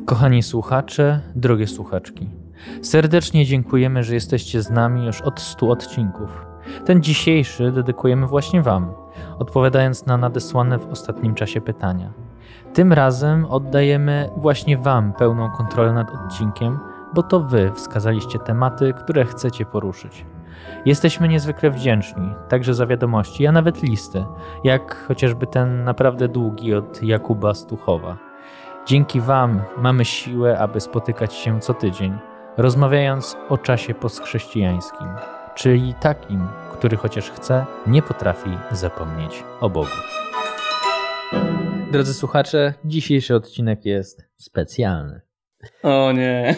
Kochani słuchacze, drogie słuchaczki, serdecznie dziękujemy, że jesteście z nami już od 100 odcinków. Ten dzisiejszy dedykujemy właśnie Wam, odpowiadając na nadesłane w ostatnim czasie pytania. Tym razem oddajemy właśnie Wam pełną kontrolę nad odcinkiem, bo to Wy wskazaliście tematy, które chcecie poruszyć. Jesteśmy niezwykle wdzięczni, także za wiadomości, a nawet listy, jak chociażby ten naprawdę długi od Jakuba Stuchowa. Dzięki Wam mamy siłę, aby spotykać się co tydzień, rozmawiając o czasie postchrześcijańskim, czyli takim, który chociaż chce, nie potrafi zapomnieć o Bogu. Drodzy słuchacze, dzisiejszy odcinek jest specjalny. O nie.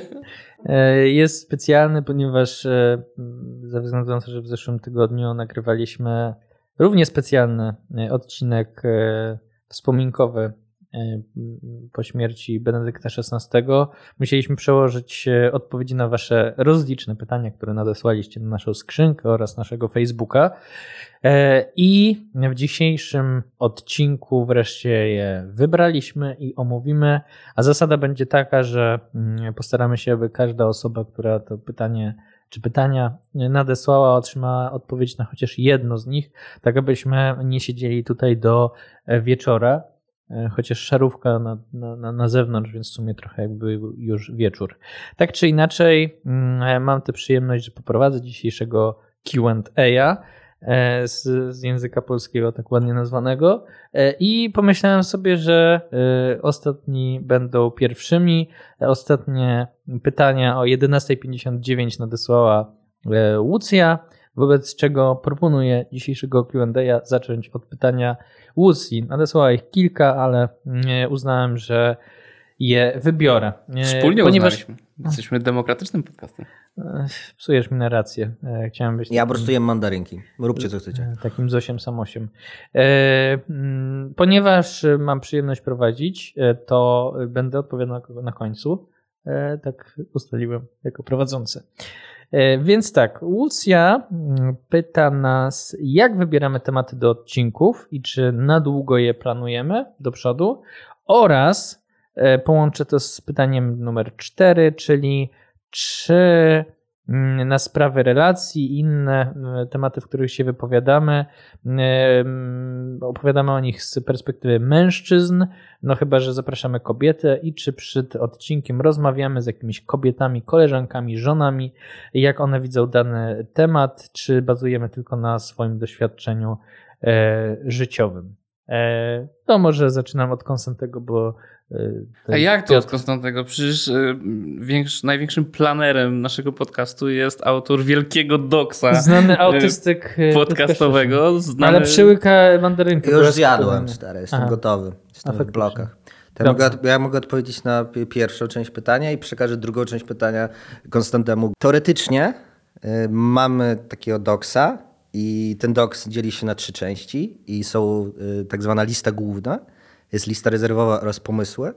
Jest specjalny, ponieważ ze względu na to, że w zeszłym tygodniu nagrywaliśmy równie specjalny odcinek wspominkowy po śmierci Benedykta XVI, musieliśmy przełożyć odpowiedzi na wasze rozliczne pytania, które nadesłaliście na naszą skrzynkę oraz naszego Facebooka. I w dzisiejszym odcinku wreszcie je wybraliśmy i omówimy, a zasada będzie taka, że postaramy się, aby każda osoba, która to pytanie czy pytania nadesłała, otrzymała odpowiedź na chociaż jedno z nich, tak abyśmy nie siedzieli tutaj do wieczora. Chociaż szarówka na zewnątrz, więc w sumie trochę jakby już wieczór. Tak czy inaczej, mam tę przyjemność, że poprowadzę dzisiejszego Q&A z języka polskiego, tak ładnie nazwanego, i pomyślałem sobie, że ostatni będą pierwszymi. Ostatnie pytania o 11:59 nadesłała Łucja, wobec czego proponuję dzisiejszego Q&A zacząć od pytania Łucji. Nadesłała ich kilka, ale uznałem, że je wybiorę. Wspólnie uznaliśmy. Jesteśmy demokratycznym podcastem. Psujesz mi narrację. Chciałem być ja po prostu jem mandarynki. Róbcie co chcecie. Takim Zosiem Samosiem. Ponieważ mam przyjemność prowadzić, to będę odpowiadał na końcu. Tak ustaliłem jako prowadzący. Więc tak, Łucja pyta nas, jak wybieramy tematy do odcinków i czy na długo je planujemy do przodu, oraz połączę to z pytaniem numer 4, czyli czy na sprawy relacji i inne tematy, w których się wypowiadamy, opowiadamy o nich z perspektywy mężczyzn, no chyba że zapraszamy kobietę, i czy przed odcinkiem rozmawiamy z jakimiś kobietami, koleżankami, żonami, jak one widzą dany temat, czy bazujemy tylko na swoim doświadczeniu życiowym. To może zaczynam od Konstantego, bo... A jak to od Konstantego? Przecież największym planerem naszego podcastu jest autor wielkiego doksa. Znany autystyk podcastowego. Znany... Ale przyłyka mandarynkę. Już zjadłem, stary, jestem gotowy. Jestem w blokach. Ja mogę odpowiedzieć na pierwszą część pytania i przekażę drugą część pytania Konstantemu. Teoretycznie mamy takiego doksa i ten doks dzieli się na 3 części i są tak zwana lista główna. Jest lista rezerwowa oraz pomysły.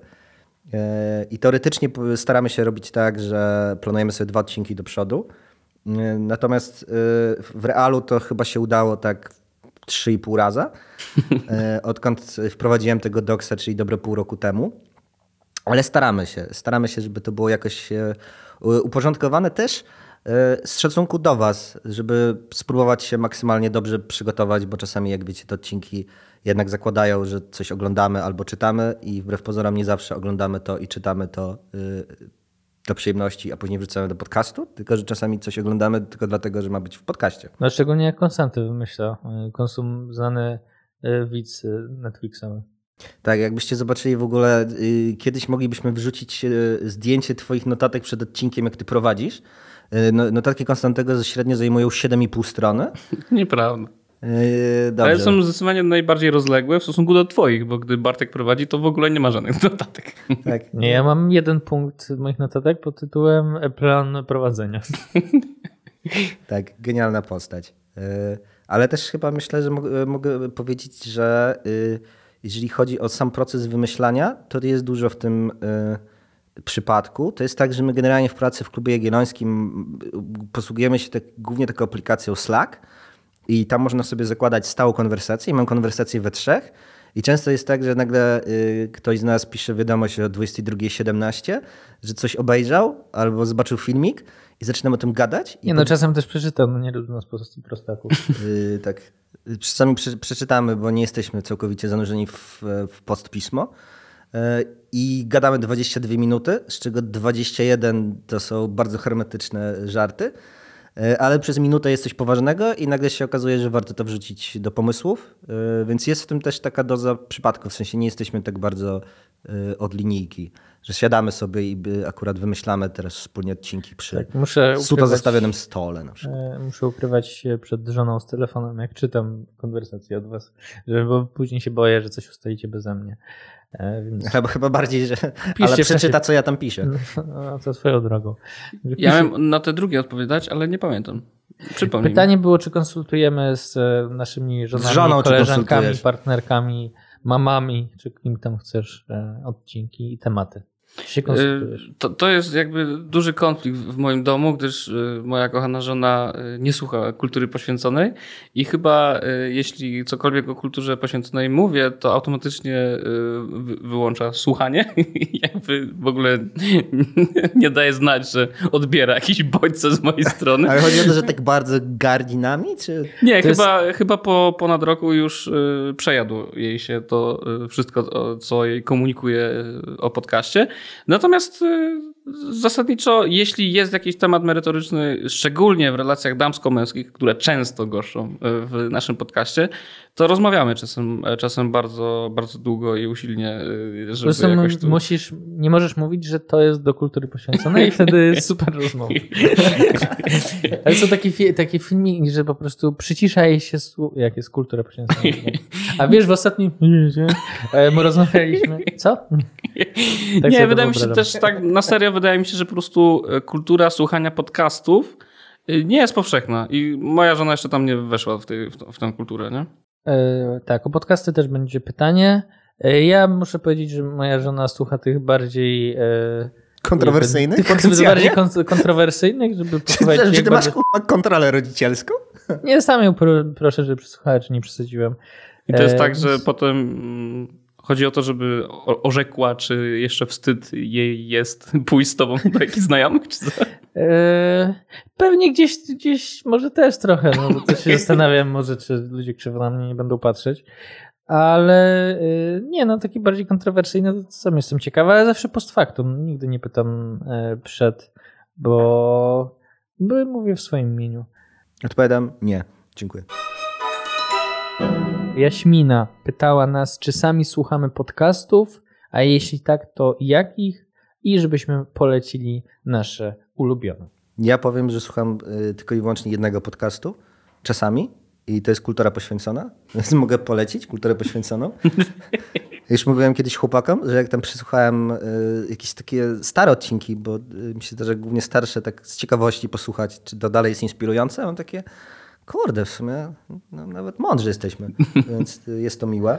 I teoretycznie staramy się robić tak, że planujemy sobie 2 odcinki do przodu. Natomiast w realu to chyba się udało tak 3,5 raza, odkąd wprowadziłem tego doksa, czyli dobre pół roku temu. Ale staramy się, żeby to było jakoś uporządkowane też z szacunku do was, żeby spróbować się maksymalnie dobrze przygotować, bo czasami, jak wiecie, te odcinki jednak zakładają, że coś oglądamy albo czytamy i wbrew pozorom nie zawsze oglądamy to i czytamy to do przyjemności, a później wrzucamy do podcastu, tylko że czasami coś oglądamy tylko dlatego, że ma być w podcaście. No szczególnie jak Konstanty wymyśla, znany widz Netflixowy. Tak, jakbyście zobaczyli w ogóle, kiedyś moglibyśmy wrzucić zdjęcie twoich notatek przed odcinkiem, jak ty prowadzisz. Notatki Konstantego średnio zajmują 7,5 strony. Nieprawda. Dobrze. Ale są zdecydowanie najbardziej rozległe w stosunku do twoich, bo gdy Bartek prowadzi, to w ogóle nie ma żadnych notatek. Tak. Nie, ja mam 1 punkt moich notatek pod tytułem plan prowadzenia. Tak, genialna postać. Ale też chyba myślę, że mogę powiedzieć, że jeżeli chodzi o sam proces wymyślania, to jest dużo w tym przypadku. To jest tak, że my generalnie w pracy w Klubie Jagiellońskim posługujemy się głównie taką aplikacją Slack i tam można sobie zakładać stałą konwersację. Mam konwersację we 3 I często jest tak, że nagle ktoś z nas pisze wiadomość o 22:17, że coś obejrzał albo zobaczył filmik i zaczynam o tym gadać. Czasem też przeczytam, nie rób nas po prostu prostaków. Tak. Czasami przeczytamy, bo nie jesteśmy całkowicie zanurzeni w postpismo. I gadamy 22 minuty, z czego 21 to są bardzo hermetyczne żarty, ale przez minutę jest coś poważnego i nagle się okazuje, że warto to wrzucić do pomysłów, więc jest w tym też taka doza przypadków, w sensie nie jesteśmy tak bardzo od linijki, że siadamy sobie i akurat wymyślamy teraz wspólnie odcinki przy suto zastawionym stole. Na przykład. Muszę ukrywać się przed żoną z telefonem, jak czytam konwersację od was, bo później się boję, że coś ustalicie beze mnie. Więc... Chyba bardziej, że ale przeczyta, co ja tam piszę. No, to swoją drogą. Ja miałem na te drugie odpowiadać, ale nie pamiętam. Przypomnij. Pytanie było, czy konsultujemy z naszymi żonami, koleżankami, partnerkami, mamami, czy kim tam chcesz odcinki i tematy. To jest jakby duży konflikt w moim domu, gdyż moja kochana żona nie słucha kultury poświęconej i chyba jeśli cokolwiek o kulturze poświęconej mówię, to automatycznie wyłącza słuchanie i jakby w ogóle nie daje znać, że odbiera jakieś bodźce z mojej strony. Ale chodzi o to, że tak bardzo gardzi nami? Czy... Nie, chyba po ponad roku już przejadło jej się to wszystko, co jej komunikuje o podcaście. Natomiast zasadniczo, jeśli jest jakiś temat merytoryczny, szczególnie w relacjach damsko-męskich, które często goszczą w naszym podcaście, to rozmawiamy czasem bardzo, bardzo długo i usilnie, żeby jakoś tu... Nie możesz mówić, że to jest do kultury poświęcone i wtedy super rozmowa. Ale są takie filmiki, że po prostu przycisza jej się jak jest kultura poświęcona. A wiesz, w ostatnim rozmawialiśmy... Co? Tak nie, wydaje mi się też tak na serio, wydaje mi się, że po prostu kultura słuchania podcastów nie jest powszechna i moja żona jeszcze tam nie weszła w tę kulturę, nie? Tak, o podcasty też będzie pytanie. Ja muszę powiedzieć, że moja żona słucha tych bardziej... kontrowersyjnych? Bardziej kontrowersyjnych, żeby posłuchać... Czy ty masz kontrolę rodzicielską? Nie, sam ją proszę, żeby przesłuchała, czy nie przesadziłem. I to jest tak, że potem... Chodzi o to, żeby orzekła, czy jeszcze wstyd jej jest pójść z tobą do jakichś znajomych, czy co? Pewnie gdzieś może też trochę, no bo też się zastanawiam może, czy ludzie krzywo na mnie nie będą patrzeć. Ale nie, no takie bardziej kontrowersyjne, to sam jestem ciekawy, ale zawsze post factum. Nigdy nie pytam przed, bo mówię w swoim imieniu. Odpowiadam nie. Dziękuję. Jaśmina pytała nas, czy sami słuchamy podcastów, a jeśli tak, to jakich? I żebyśmy polecili nasze ulubione. Ja powiem, że słucham tylko i wyłącznie jednego podcastu, czasami, i to jest Kultura Poświęcona. Więc mogę polecić Kulturę Poświęconą. Już mówiłem kiedyś chłopakom, że jak tam przesłuchałem jakieś takie stare odcinki, bo mi się zdarza głównie starsze, tak z ciekawości posłuchać, czy to dalej jest inspirujące, mam takie... Kurde, w sumie nawet mądrzy jesteśmy, więc jest to miłe.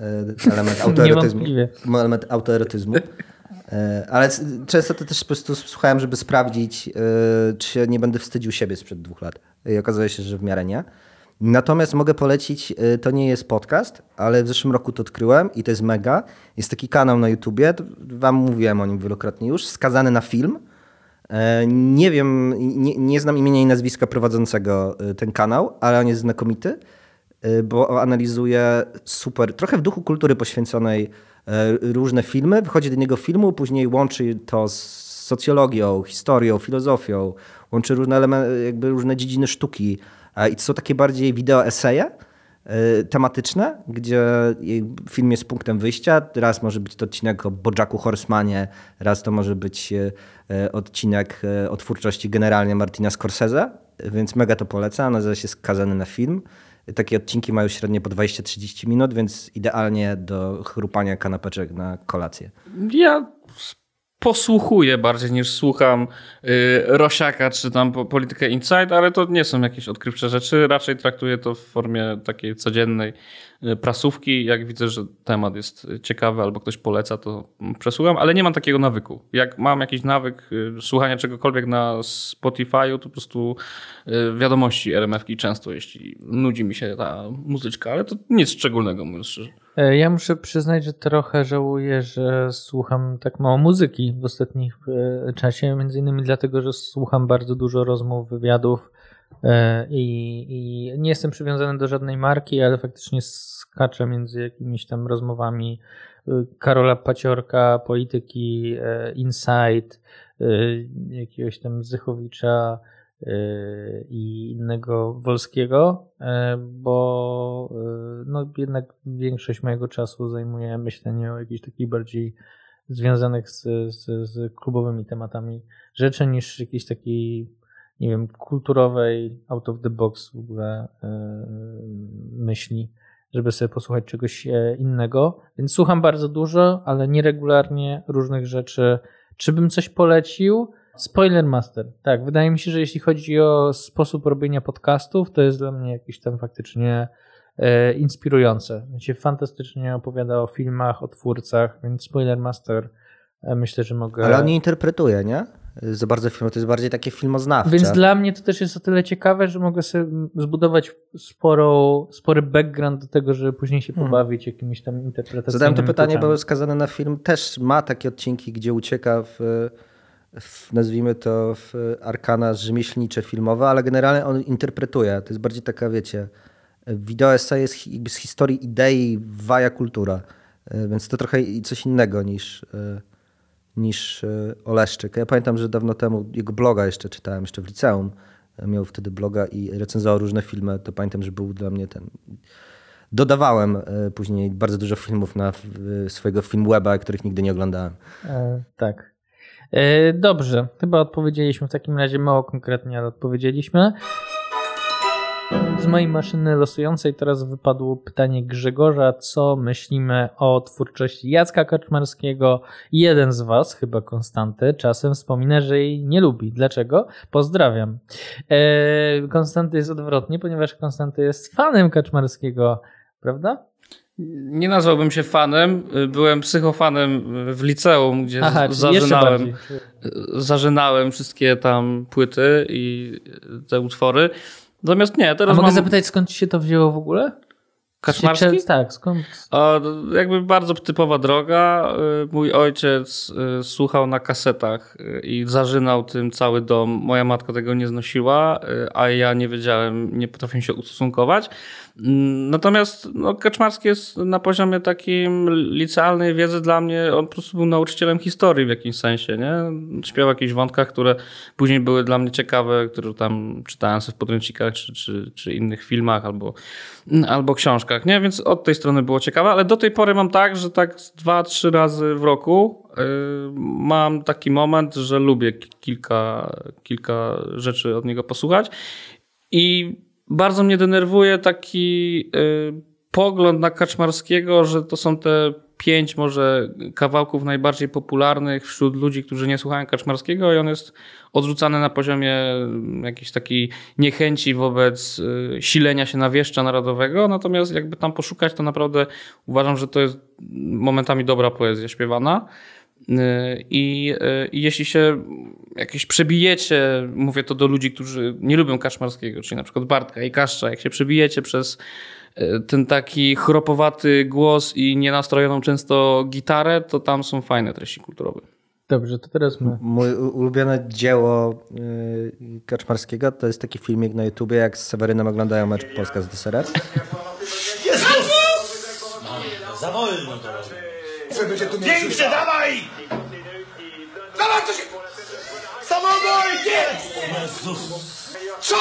Element autoerotyzmu. Ale często to też po prostu słuchałem, żeby sprawdzić, czy się nie będę wstydził siebie sprzed 2 lat. I okazuje się, że w miarę nie. Natomiast mogę polecić, to nie jest podcast, ale w zeszłym roku to odkryłem i to jest mega. Jest taki kanał na YouTubie, wam mówiłem o nim wielokrotnie już, Skazany na film. Nie wiem, nie znam imienia i nazwiska prowadzącego ten kanał, ale on jest znakomity, bo analizuje super, trochę w duchu kultury poświęconej różne filmy. Wychodzi do niego filmu, później łączy to z socjologią, historią, filozofią, łączy różne elementy, jakby różne dziedziny sztuki. I to są takie bardziej wideo eseje tematyczne, gdzie film jest punktem wyjścia. Raz może być to odcinek o Bojacku Horsemanie, raz to może być odcinek o twórczości generalnie Martina Scorsese, więc mega to polecam. Nazywa się Skazany na film. Takie odcinki mają średnio po 20-30 minut, więc idealnie do chrupania kanapeczek na kolację. Ja posłuchuję bardziej niż słucham Rosiaka czy tam Politykę Insight, ale to nie są jakieś odkrywcze rzeczy. Raczej traktuję to w formie takiej codziennej prasówki. Jak widzę, że temat jest ciekawy albo ktoś poleca, to przesłucham, ale nie mam takiego nawyku. Jak mam jakiś nawyk słuchania czegokolwiek na Spotify'u, to po prostu wiadomości RMF-ki często, jeśli nudzi mi się ta muzyczka, ale to nic szczególnego, mówiąc szczerze. Ja muszę przyznać, że trochę żałuję, że słucham tak mało muzyki w ostatnim czasie, między innymi dlatego, że słucham bardzo dużo rozmów, wywiadów i nie jestem przywiązany do żadnej marki, ale faktycznie skaczę między jakimiś tam rozmowami Karola Paciorka, Polityki, Insight, jakiegoś tam Zychowicza i innego Wolskiego, bo no jednak większość mojego czasu zajmuje myślenie o jakichś takich bardziej związanych z klubowymi tematami rzeczy niż jakiejś takiej, nie wiem, kulturowej, out of the box w ogóle myśli, żeby sobie posłuchać czegoś innego. Więc słucham bardzo dużo, ale nieregularnie różnych rzeczy. Czy bym coś polecił? Spoiler Master. Tak, wydaje mi się, że jeśli chodzi o sposób robienia podcastów, to jest dla mnie jakieś tam faktycznie inspirujące. Się fantastycznie opowiada o filmach, o twórcach, więc Spoiler Master myślę, że mogę... Ale on nie interpretuje, nie? Za bardzo film, to jest bardziej takie filmoznawcze. Więc dla mnie to też jest o tyle ciekawe, że mogę sobie zbudować spory background do tego, żeby później się pobawić jakimiś tam interpretacjami. Zadałem to pytanie, bo skazany na film też ma takie odcinki, gdzie ucieka w nazwijmy to w arkana rzemieślnicze filmowe, ale generalnie on interpretuje. To jest bardziej taka, wiecie, wideo essay jest jakby z historii idei waja kultura, więc to trochę coś innego niż Oleszczyk. Ja pamiętam, że dawno temu jego bloga jeszcze czytałem, jeszcze w liceum. Miał wtedy bloga i recenzował różne filmy. To pamiętam, że był dla mnie ten... Dodawałem później bardzo dużo filmów na swojego Filmweba, których nigdy nie oglądałem. Tak. Dobrze, chyba odpowiedzieliśmy w takim razie mało konkretnie, ale odpowiedzieliśmy. Z mojej maszyny losującej teraz wypadło pytanie Grzegorza, co myślimy o twórczości Jacka Kaczmarskiego. Jeden z was, chyba Konstanty, czasem wspomina, że jej nie lubi. Dlaczego? Pozdrawiam. Konstanty jest odwrotnie, ponieważ Konstanty jest fanem Kaczmarskiego, prawda? Nie nazwałbym się fanem, byłem psychofanem w liceum, gdzie zażynałem wszystkie tam płyty i te utwory. Natomiast nie, teraz mogę zapytać, skąd ci się to wzięło w ogóle? Kaczmarski? Tak, skąd? Jakby bardzo typowa droga. Mój ojciec słuchał na kasetach i zażynał tym cały dom. Moja matka tego nie znosiła, a ja nie wiedziałem, nie potrafiłem się ustosunkować. Natomiast Kaczmarski jest na poziomie takim licealnej wiedzy dla mnie, on po prostu był nauczycielem historii w jakimś sensie, nie? Śpiewał o jakichś wątkach, które później były dla mnie ciekawe, które tam czytałem sobie w podręcznikach czy innych filmach albo książkach, nie? Więc od tej strony było ciekawe, ale do tej pory mam tak, że tak 2-3 razy w roku mam taki moment, że lubię kilka rzeczy od niego posłuchać i bardzo mnie denerwuje taki pogląd na Kaczmarskiego, że to są te 5 może kawałków najbardziej popularnych wśród ludzi, którzy nie słuchają Kaczmarskiego i on jest odrzucany na poziomie jakiejś takiej niechęci wobec silenia się na wieszcza narodowego, natomiast jakby tam poszukać, to naprawdę uważam, że to jest momentami dobra poezja śpiewana. I jeśli się jakieś przebijecie, mówię to do ludzi, którzy nie lubią Kaczmarskiego, czyli na przykład Bartka i Kaszcza, jak się przebijecie przez ten taki chropowaty głos i nienastrojoną często gitarę, to tam są fajne treści kulturowe. Dobrze, to teraz my. Moje ulubione dzieło Kaczmarskiego to jest taki filmik na YouTubie, jak z Sewerynem oglądają mecz Polska z DSRR. Jezus! Za wolno to robi. Większe, dawaj! Dawaj, to się... Samobój! Jest! Jezus! Co?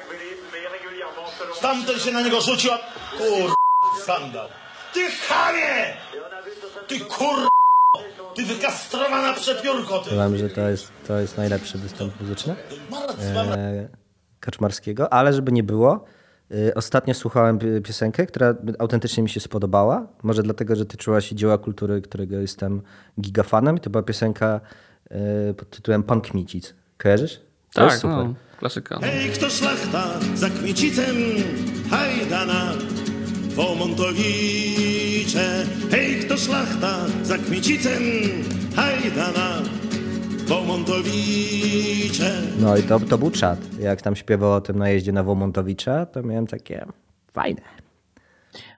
Tamten się na niego rzucił, skandal. Ty chamie! Ty Ty wykastrowana przepiórko, ty! Wiem, że to jest najlepszy występ muzyczny Kaczmarskiego, ale żeby nie było, ostatnio słuchałem piosenkę, która autentycznie mi się spodobała. Może dlatego, że tyczyła się Dzieła kultury, którego jestem gigafanem. I to była piosenka pod tytułem Pan Kmicic. Kojarzysz? To tak, jest super. no, klasyka. Hej, kto szlachta za Kmicicem, hajdana wo Montowicze. Hej, kto szlachta za Kmicicem, hajdana wo Montowicze. No i to był czad. Jak tam śpiewał o tym najeździe na Womontowicza, to miałem takie fajne.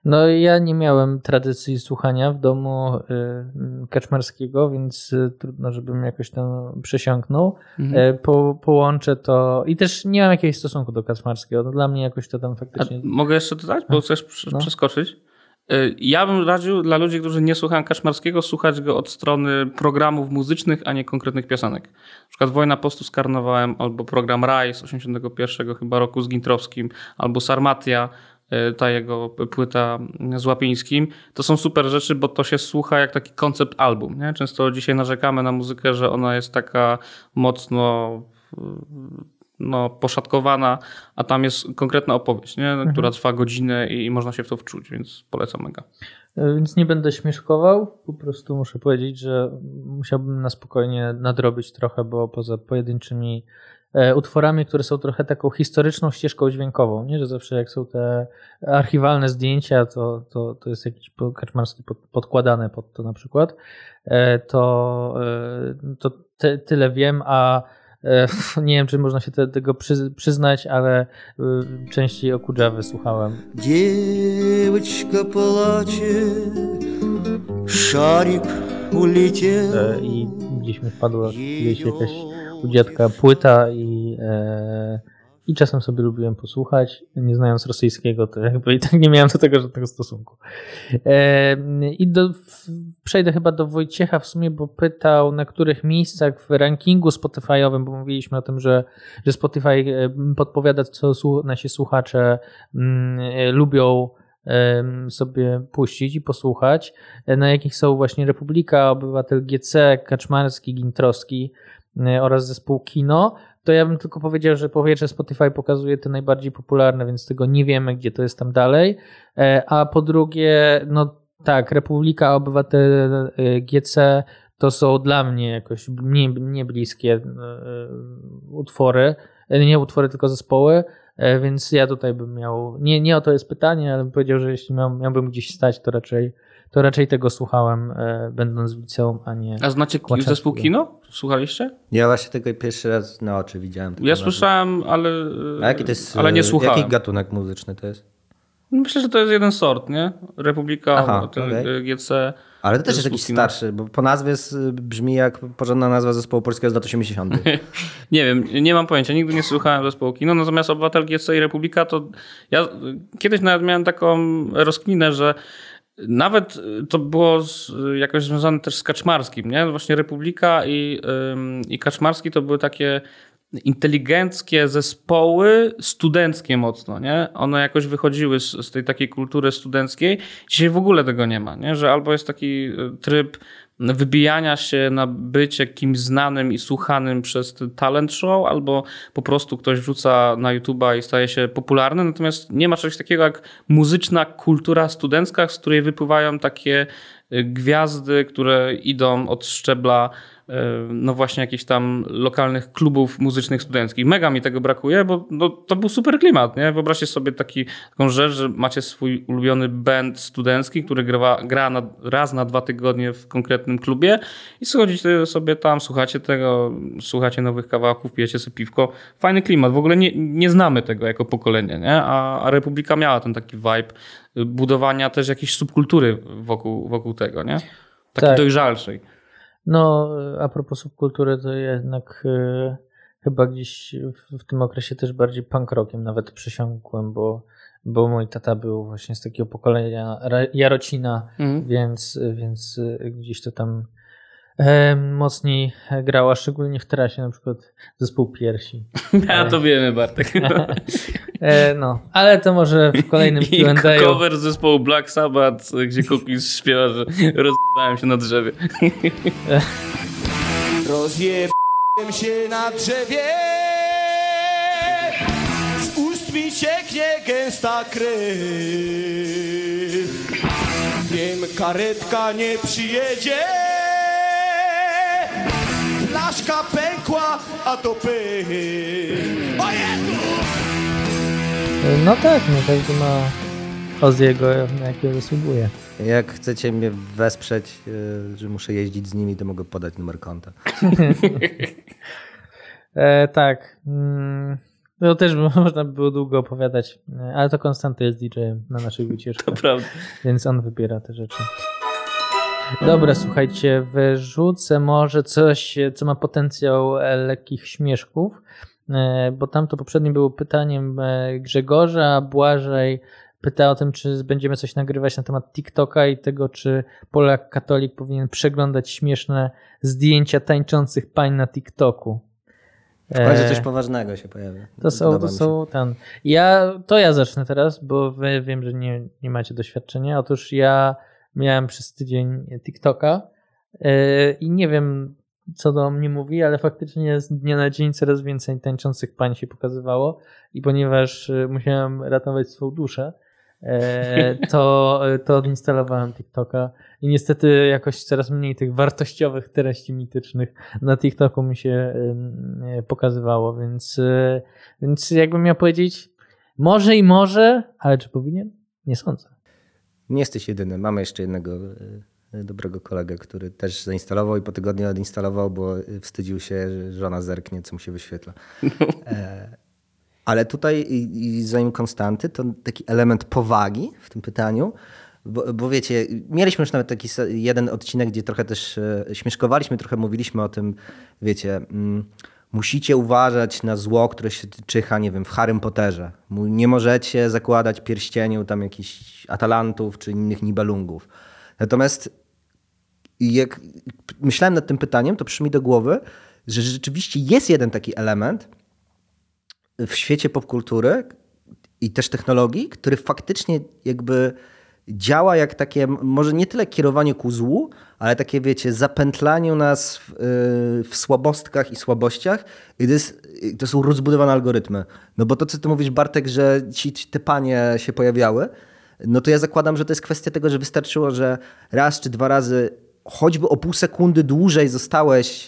No ja nie miałem tradycji słuchania w domu Kaczmarskiego, więc trudno, żebym jakoś tam przesiąknął. Połączę to i też nie mam jakiegoś stosunku do Kaczmarskiego. No, dla mnie jakoś to tam faktycznie... Mogę jeszcze dodać, bo chcesz przeskoczyć? Ja bym radził dla ludzi, którzy nie słuchają Kaczmarskiego, słuchać go od strony programów muzycznych, a nie konkretnych piosenek. Na przykład Wojna postu z Karnawałem, albo program Raj z 81 chyba roku z Gintrowskim, albo Sarmatia, ta jego płyta z Łapińskim. To są super rzeczy, bo to się słucha jak taki koncept album. Nie? Często dzisiaj narzekamy na muzykę, że ona jest taka mocno poszatkowana, a tam jest konkretna opowieść, nie? Która trwa godzinę i można się w to wczuć, więc polecam mega. Więc nie będę śmieszkował, po prostu muszę powiedzieć, że musiałbym na spokojnie nadrobić trochę, bo poza pojedynczymi utworami, które są trochę taką historyczną ścieżką dźwiękową, nie? Że zawsze jak są te archiwalne zdjęcia, to jest jakiś Kaczmarski podkładane pod to na przykład, to tyle wiem, a nie wiem, czy można się tego przyznać, ale częściej Okudżawy słuchałem. Dziewczynka płacze, szarik uleciał. I gdzieś mi wpadła gdzieś jakaś u dziadka płyta i czasem sobie lubiłem posłuchać, nie znając rosyjskiego, to jakby i tak nie miałem do tego żadnego stosunku. Przejdę chyba do Wojciecha w sumie, bo pytał, na których miejscach w rankingu Spotify'owym, bo mówiliśmy o tym, że Spotify podpowiada, co nasi słuchacze lubią sobie puścić i posłuchać, na jakich są właśnie Republika, Obywatel GC, Kaczmarski, Gintrowski oraz zespół Kino. To ja bym tylko powiedział, że po pierwsze Spotify pokazuje te najbardziej popularne, więc tego nie wiemy, gdzie to jest tam dalej, a po drugie, no tak, Republika, Obywatel GC to są dla mnie jakoś nie bliskie utwory, nie utwory, tylko zespoły, więc ja tutaj bym miał, nie o to jest pytanie, ale bym powiedział, że jeśli miałbym gdzieś stać, to raczej tego słuchałem, będąc w liceum, a nie... A znacie zespół Kino? Słuchaliście? Ja właśnie tego pierwszy raz na oczy widziałem. Ja słyszałem, ale, a jaki to jest, ale nie słuchałem. Jaki gatunek muzyczny to jest? Myślę, że to jest jeden sort, nie? Republika, GC... Ale to też jest jakiś starszy, bo po nazwie brzmi jak porządna nazwa zespołu polskiego z lat 80. Nie wiem, nie mam pojęcia, nigdy nie słuchałem zespołu Kino, natomiast Obywatel GC i Republika to... Ja kiedyś nawet miałem taką rozkminę, że nawet to było jakoś związane też z Kaczmarskim, nie? Właśnie Republika i Kaczmarski to były takie inteligenckie zespoły studenckie mocno, nie? One jakoś wychodziły z tej takiej kultury studenckiej. Dzisiaj w ogóle tego nie ma, nie? Że albo jest taki tryb wybijania się na bycie kimś znanym i słuchanym przez talent show, albo po prostu ktoś wrzuca na YouTube'a i staje się popularny, natomiast nie ma czegoś takiego jak muzyczna kultura studencka, z której wypływają takie gwiazdy, które idą od szczebla no właśnie jakichś tam lokalnych klubów muzycznych studenckich. Mega mi tego brakuje, bo no, to był super klimat, nie? Wyobraźcie sobie taką rzecz, że macie swój ulubiony band studencki, który gra raz na 2 tygodnie w konkretnym klubie i schodzicie sobie tam, słuchacie tego, słuchacie nowych kawałków, pijecie sobie piwko. Fajny klimat. W ogóle nie znamy tego jako pokolenie, nie? A Republika miała ten taki vibe budowania też jakiejś subkultury wokół tego, nie? Takiej dojrzalszej. No, a propos subkultury, to jednak chyba gdzieś w tym okresie też bardziej punk rockiem nawet przesiąkłem, bo mój tata był właśnie z takiego pokolenia Jarocina, więc gdzieś to tam mocniej grała, szczególnie w trasie, na przykład zespół Piersi. Ja to wiemy, Bartek. No, ale to może w kolejnym Q&A. I cover zespołu Black Sabbath, gdzie Cookies śpiewa, że rozjebałem się na drzewie. Rozjebałem się na drzewie, z ust mi cieknie gęsta krew. Wiem, karetka nie przyjedzie, flaszka pękła, a to pych. O Jezu! No tak, no każdy ma Ozzy'ego, na jakiego zasługuje. Jak chcecie mnie wesprzeć, że muszę jeździć z nimi, to mogę podać numer konta. Tak. To też można by było długo opowiadać, ale to Konstanty jest DJ-em na naszych wycieczkach. To prawda. Więc on wybiera te rzeczy. Dobra, słuchajcie, wyrzucę może coś, co ma potencjał lekkich śmieszków, bo tamto poprzednie było pytaniem Grzegorza, Błażej pyta o tym, czy będziemy coś nagrywać na temat TikToka i tego, czy Polak katolik powinien przeglądać śmieszne zdjęcia tańczących pań na TikToku. W końcu coś poważnego się pojawia. To są ten. Ja zacznę teraz, bo wy wiem, że nie macie doświadczenia. Otóż ja miałem przez tydzień TikToka i nie wiem, co do mnie mówi, ale faktycznie z dnia na dzień coraz więcej tańczących pań się pokazywało i ponieważ musiałem ratować swoją duszę, to odinstalowałem TikToka i niestety jakoś coraz mniej tych wartościowych treści mitycznych na TikToku mi się pokazywało, więc jakbym miał powiedzieć może, ale czy powinien? Nie sądzę. Nie jesteś jedyny. Mamy jeszcze jednego dobrego kolegę, który też zainstalował i po tygodniu odinstalował, bo wstydził się, że żona zerknie, co mu się wyświetla. Ale tutaj zanim Konstanty, to taki element powagi w tym pytaniu, bo wiecie, mieliśmy już nawet taki jeden odcinek, gdzie trochę też śmieszkowaliśmy, trochę mówiliśmy o tym, wiecie, musicie uważać na zło, które się czyha, nie wiem, w Harrym Potterze. Nie możecie zakładać pierścieniu tam jakichś Atalantów czy innych Nibelungów. Natomiast jak myślałem nad tym pytaniem, to przyszło mi do głowy, że rzeczywiście jest jeden taki element w świecie popkultury i też technologii, który faktycznie jakby działa jak takie, może nie tyle kierowanie ku złu, ale takie, wiecie, zapętlaniu nas w słabostkach i słabościach. I to są rozbudowane algorytmy. No bo to, co ty mówisz, Bartek, że te panie się pojawiały, no to ja zakładam, że to jest kwestia tego, że wystarczyło, że raz czy dwa razy choćby o pół sekundy dłużej zostałeś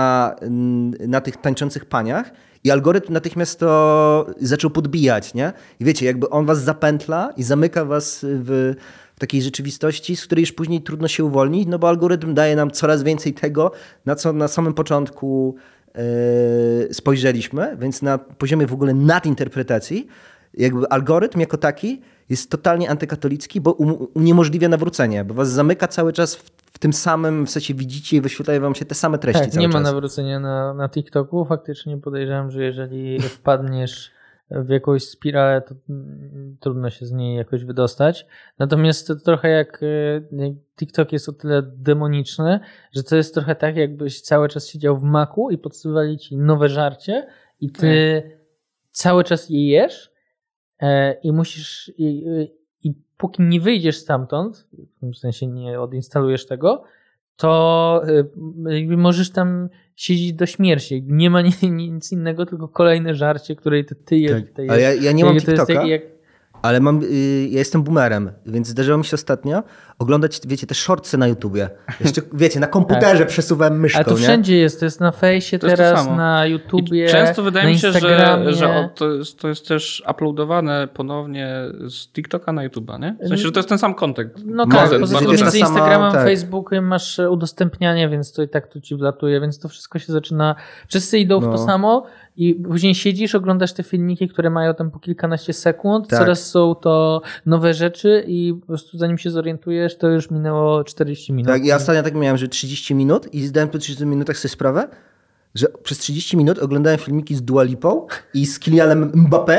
na tych tańczących paniach i algorytm natychmiast to zaczął podbijać, nie? I wiecie, jakby on was zapętla i zamyka was w takiej rzeczywistości, z której już później trudno się uwolnić, no bo algorytm daje nam coraz więcej tego, na co na samym początku spojrzeliśmy, więc na poziomie w ogóle nadinterpretacji jakby algorytm jako taki jest totalnie antykatolicki, bo uniemożliwia nawrócenie, bo was zamyka cały czas w tym samym, w sensie widzicie i wyświetlają wam się te same treści cały czas. Nie ma nawrócenia na TikToku. Faktycznie podejrzewam, że jeżeli wpadniesz w jakąś spiralę, to trudno się z niej jakoś wydostać. Natomiast to trochę jak TikTok jest o tyle demoniczny, że to jest trochę tak, jakbyś cały czas siedział w maku i podsuwali ci nowe żarcie i ty cały czas je jesz i musisz i póki nie wyjdziesz stamtąd, w sensie nie odinstalujesz tego, to jakby możesz tam siedzieć do śmierci. Nie ma nic innego, tylko kolejne żarcie, które ty jesz. Tak. Ale ja nie mam TikToka, ale ja jestem boomerem, więc zdarzyło mi się ostatnio oglądać, wiecie, te shortsy na YouTubie. Jeszcze, wiecie, na komputerze przesuwałem myszką. Ale to wszędzie jest. To jest na fejsie teraz, na YouTubie, i często wydaje mi się, że to jest też uploadowane ponownie z TikToka na YouTube'a, nie? W sensie, że to jest ten sam content. No tak, poza tym między Instagramem, Facebookiem masz udostępnianie, więc to i tak tu ci wlatuje, więc to wszystko się zaczyna, wszyscy idą w to samo i później siedzisz, oglądasz te filmiki, które mają tam po kilkanaście sekund, coraz są to nowe rzeczy i po prostu zanim się zorientujesz, to już minęło 40 minut. Tak, ja ostatnio tak miałem, że 30 minut i zdałem po 30 minutach sobie sprawę, że przez 30 minut oglądałem filmiki z Dua Lipą i z Kylianem Mbappé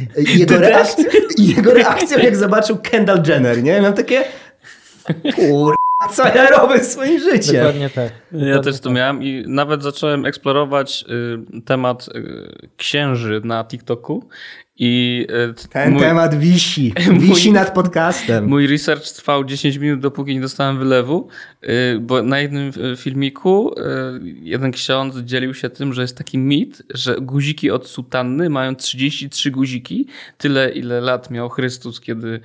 i jego reakcją, jak zobaczył Kendall Jenner, nie? Miałem takie co ja robię w swoim życiu? Dokładnie tak. Ja też to miałem i nawet zacząłem eksplorować temat księży na TikToku. I ten temat wisi nad podcastem. Mój research trwał 10 minut, dopóki nie dostałem wylewu, bo na jednym filmiku jeden ksiądz dzielił się tym, że jest taki mit, że guziki od sutanny mają 33 guziki, tyle ile lat miał Chrystus, kiedy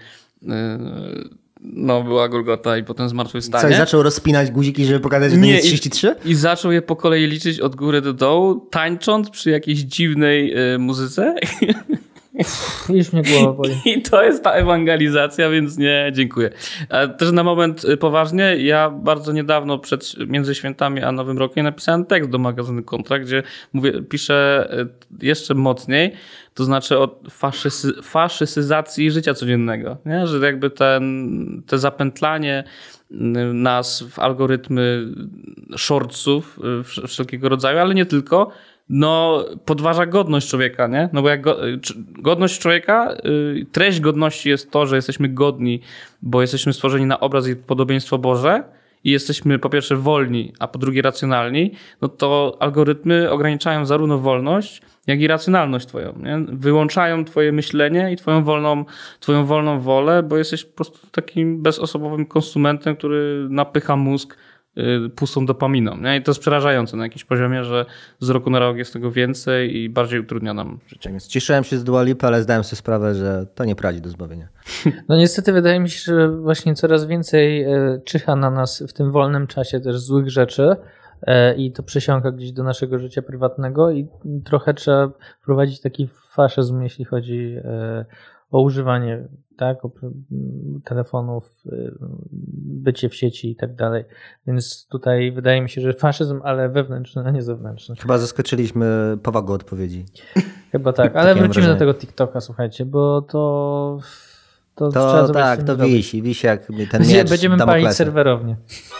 była Golgota i potem zmartwychwstanie. Co, zaczął rozpinać guziki, żeby pokazać, że nie jest 33? I zaczął je po kolei liczyć od góry do dołu, tańcząc przy jakiejś dziwnej muzyce. Już mnie głowa boli. I to jest ta ewangelizacja, więc nie, dziękuję. A też na moment poważnie, ja bardzo niedawno między świętami a Nowym Rokiem napisałem tekst do magazynu Kontra, gdzie piszę jeszcze mocniej, to znaczy o faszystyzacji życia codziennego, nie? Że jakby te zapętlanie nas w algorytmy shortsów wszelkiego rodzaju, ale nie tylko, no podważa godność człowieka, nie? No bo jak godność człowieka, treść godności jest to, że jesteśmy godni, bo jesteśmy stworzeni na obraz i podobieństwo Boże i jesteśmy po pierwsze wolni, a po drugie racjonalni, no to algorytmy ograniczają zarówno wolność, jak i racjonalność twoją, nie? Wyłączają twoje myślenie i twoją wolną wolę, bo jesteś po prostu takim bezosobowym konsumentem, który napycha mózg pustą dopaminą. Nie? I to jest przerażające na jakimś poziomie, że z roku na rok jest tego więcej i bardziej utrudnia nam życie. Więc cieszyłem się z Dua Lipy, ale zdałem sobie sprawę, że to nie prowadzi do zbawienia. No niestety wydaje mi się, że właśnie coraz więcej czyha na nas w tym wolnym czasie też złych rzeczy i to przesiąka gdzieś do naszego życia prywatnego i trochę trzeba wprowadzić taki faszyzm, jeśli chodzi o używanie, tak, o telefonów, bycie w sieci i tak dalej. Więc tutaj wydaje mi się, że faszyzm, ale wewnętrzny, a nie zewnętrzny. Chyba zaskoczyliśmy powagą odpowiedzi. Chyba tak, ale wrócimy do tego TikToka, słuchajcie, bo to trzeba tak, to wisi jak ten miecz Będziemy Damoklesa. palić serwerownie.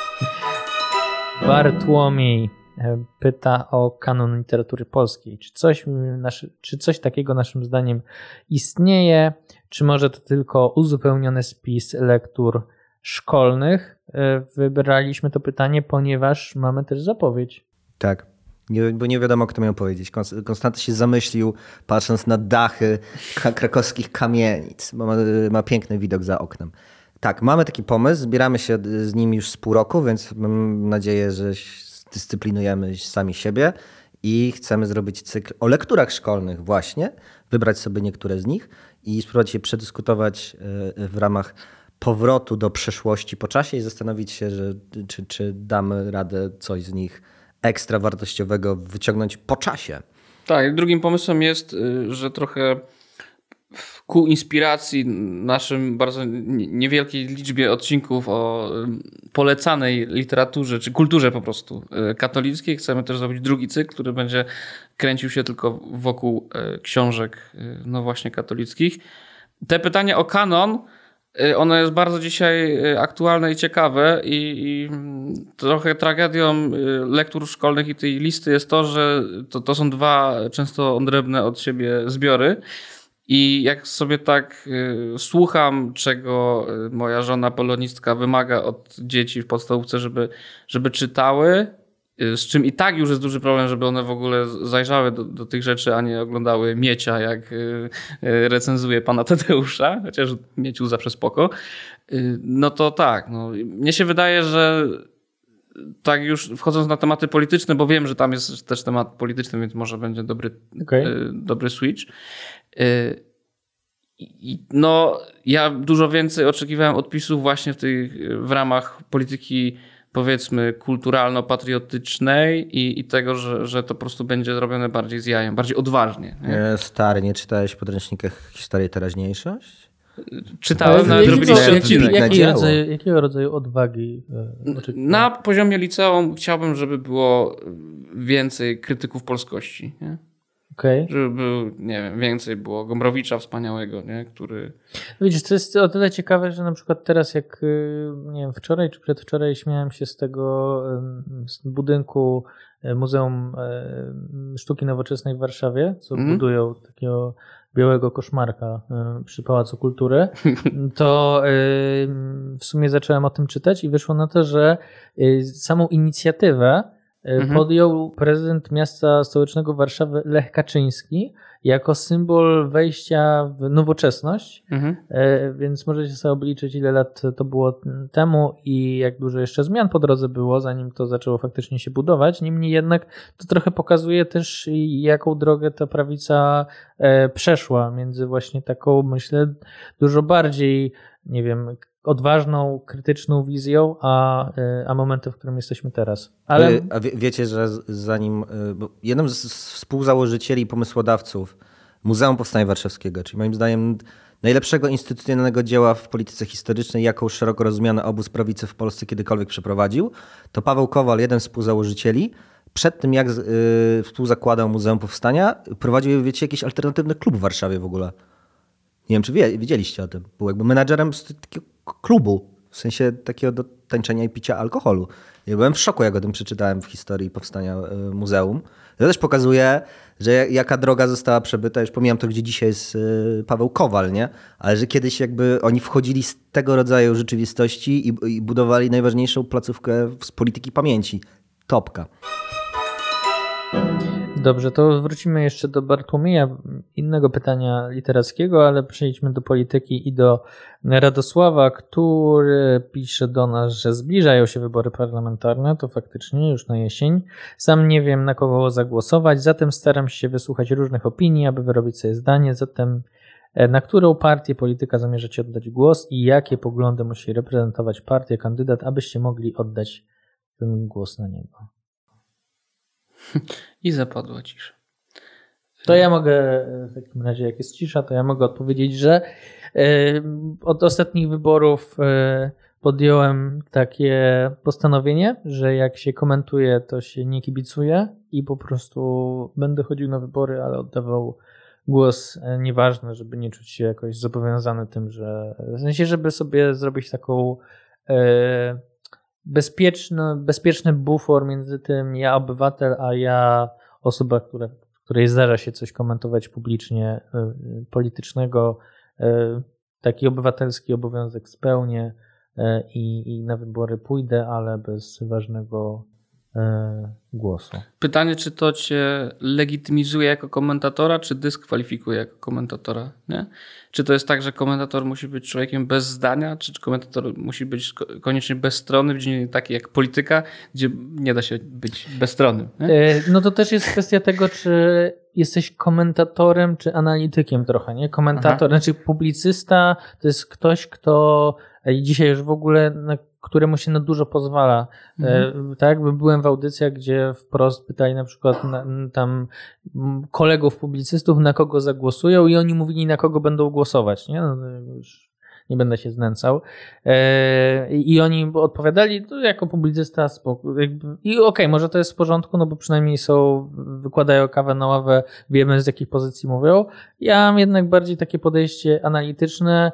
Bartłomiej pyta o kanon literatury polskiej. Czy coś takiego naszym zdaniem istnieje? Czy może to tylko uzupełniony spis lektur szkolnych? Wybraliśmy to pytanie, ponieważ mamy też zapowiedź. Tak, bo nie wiadomo, kto miał powiedzieć. Konstanty się zamyślił, patrząc na dachy krakowskich kamienic, bo ma piękny widok za oknem. Tak, mamy taki pomysł, zbieramy się z nim już z pół roku, więc mam nadzieję, że dyscyplinujemy sami siebie i chcemy zrobić cykl o lekturach szkolnych właśnie, wybrać sobie niektóre z nich i spróbować je przedyskutować w ramach powrotu do przeszłości po czasie i zastanowić się, czy damy radę coś z nich ekstra wartościowego wyciągnąć po czasie. Tak, drugim pomysłem jest, że trochę ku inspiracji naszym bardzo niewielkiej liczbie odcinków o polecanej literaturze, czy kulturze po prostu katolickiej, chcemy też zrobić drugi cykl, który będzie kręcił się tylko wokół książek no właśnie katolickich. Te pytania o kanon, ono jest bardzo dzisiaj aktualne i ciekawe i trochę tragedią lektur szkolnych i tej listy jest to, że to są dwa często odrębne od siebie zbiory. I jak sobie tak słucham, czego moja żona polonistka wymaga od dzieci w podstawówce, żeby czytały, z czym i tak już jest duży problem, żeby one w ogóle zajrzały do tych rzeczy, a nie oglądały Miecia, jak recenzuje pana Tadeusza, chociaż Mieciu zawsze spoko, no to tak, no, mnie się wydaje, że tak już wchodząc na tematy polityczne, bo wiem, że tam jest też temat polityczny, więc może będzie dobry switch. No, ja dużo więcej oczekiwałem odpisów właśnie w ramach polityki, powiedzmy, kulturalno-patriotycznej i tego, że to po prostu będzie robione bardziej z jajem, bardziej odważnie. Nie? Stary, nie czytałeś w podręcznikach Historia i Teraźniejszość? Czytałem, nawet robiliście odcinek. Jakiego rodzaju odwagi Na poziomie liceum chciałbym, żeby było więcej krytyków polskości. Nie? Okay. Żeby był, nie wiem, więcej było Gombrowicza wspaniałego, nie? Który... Widzisz, to jest o tyle ciekawe, że na przykład teraz jak, nie wiem, wczoraj czy przedwczoraj śmiałem się z tego budynku Muzeum Sztuki Nowoczesnej w Warszawie, co budują takiego białego koszmarka przy Pałacu Kultury, to w sumie zacząłem o tym czytać i wyszło na to, że samą inicjatywę podjął prezydent miasta stołecznego Warszawy Lech Kaczyński jako symbol wejścia w nowoczesność, więc możecie sobie obliczyć, ile lat to było temu i jak dużo jeszcze zmian po drodze było, zanim to zaczęło faktycznie się budować. Niemniej jednak to trochę pokazuje też, jaką drogę ta prawica przeszła między właśnie taką, myślę, dużo bardziej, nie wiem, odważną, krytyczną wizją, a momentem, w którym jesteśmy teraz. Ale... A wiecie, że zanim... Bo jednym z współzałożycieli i pomysłodawców Muzeum Powstania Warszawskiego, czyli moim zdaniem najlepszego instytucjonalnego dzieła w polityce historycznej, jaką szeroko rozumiany obóz prawicy w Polsce kiedykolwiek przeprowadził. To Paweł Kowal, jeden z współzałożycieli, przed tym jak współzakładał Muzeum Powstania, prowadził, wiecie, jakiś alternatywny klub w Warszawie w ogóle. Nie wiem, czy wiedzieliście o tym. Był jakby menadżerem takiego klubu, w sensie takiego do tańczenia i picia alkoholu. Ja byłem w szoku, jak o tym przeczytałem w historii powstania muzeum. To też pokazuje, że jaka droga została przebyta. Już pomijam to, gdzie dzisiaj jest Paweł Kowal, nie? Ale że kiedyś jakby oni wchodzili z tego rodzaju rzeczywistości i budowali najważniejszą placówkę z polityki pamięci. Topka. Dobrze, to wrócimy jeszcze do Bartłomieja, innego pytania literackiego, ale przejdźmy do polityki i do Radosława, który pisze do nas, że zbliżają się wybory parlamentarne, to faktycznie już na jesień. Sam nie wiem, na kogo zagłosować, zatem staram się wysłuchać różnych opinii, aby wyrobić sobie zdanie. Zatem na którą partię polityka zamierzacie oddać głos i jakie poglądy musi reprezentować partię, kandydat, abyście mogli oddać ten głos na niego? I zapadła cisza. To ja mogę, w takim razie jak jest cisza, to ja mogę odpowiedzieć, że od ostatnich wyborów podjąłem takie postanowienie, że jak się komentuje, to się nie kibicuje i po prostu będę chodził na wybory, ale oddawał głos nieważne, żeby nie czuć się jakoś zobowiązany tym, że w sensie, żeby sobie zrobić taką bezpieczny bufor między tym ja obywatel, a ja osoba, której zdarza się coś komentować publicznie politycznego. Taki obywatelski obowiązek spełnię i na wybory pójdę, ale bez ważnego głosu. Pytanie, czy to cię legitymizuje jako komentatora, czy dyskwalifikuje jako komentatora? Nie? Czy to jest tak, że komentator musi być człowiekiem bez zdania, czy komentator musi być koniecznie bezstronny w dziedzinie takiej jak polityka, gdzie nie da się być bezstronnym? Nie? No to też jest kwestia tego, czy jesteś komentatorem, czy analitykiem trochę, nie? Komentator, znaczy publicysta to jest ktoś, kto dzisiaj już w ogóle któremu się na dużo pozwala. Tak? Byłem w audycjach, gdzie wprost pytali na przykład tam kolegów publicystów, na kogo zagłosują i oni mówili, na kogo będą głosować. Nie? No, już nie będę się znęcał. I oni odpowiadali, to jako publicysta spoko. I okej, może to jest w porządku, no bo przynajmniej wykładają kawę na ławę, wiemy z jakich pozycji mówią. Ja mam jednak bardziej takie podejście analityczne,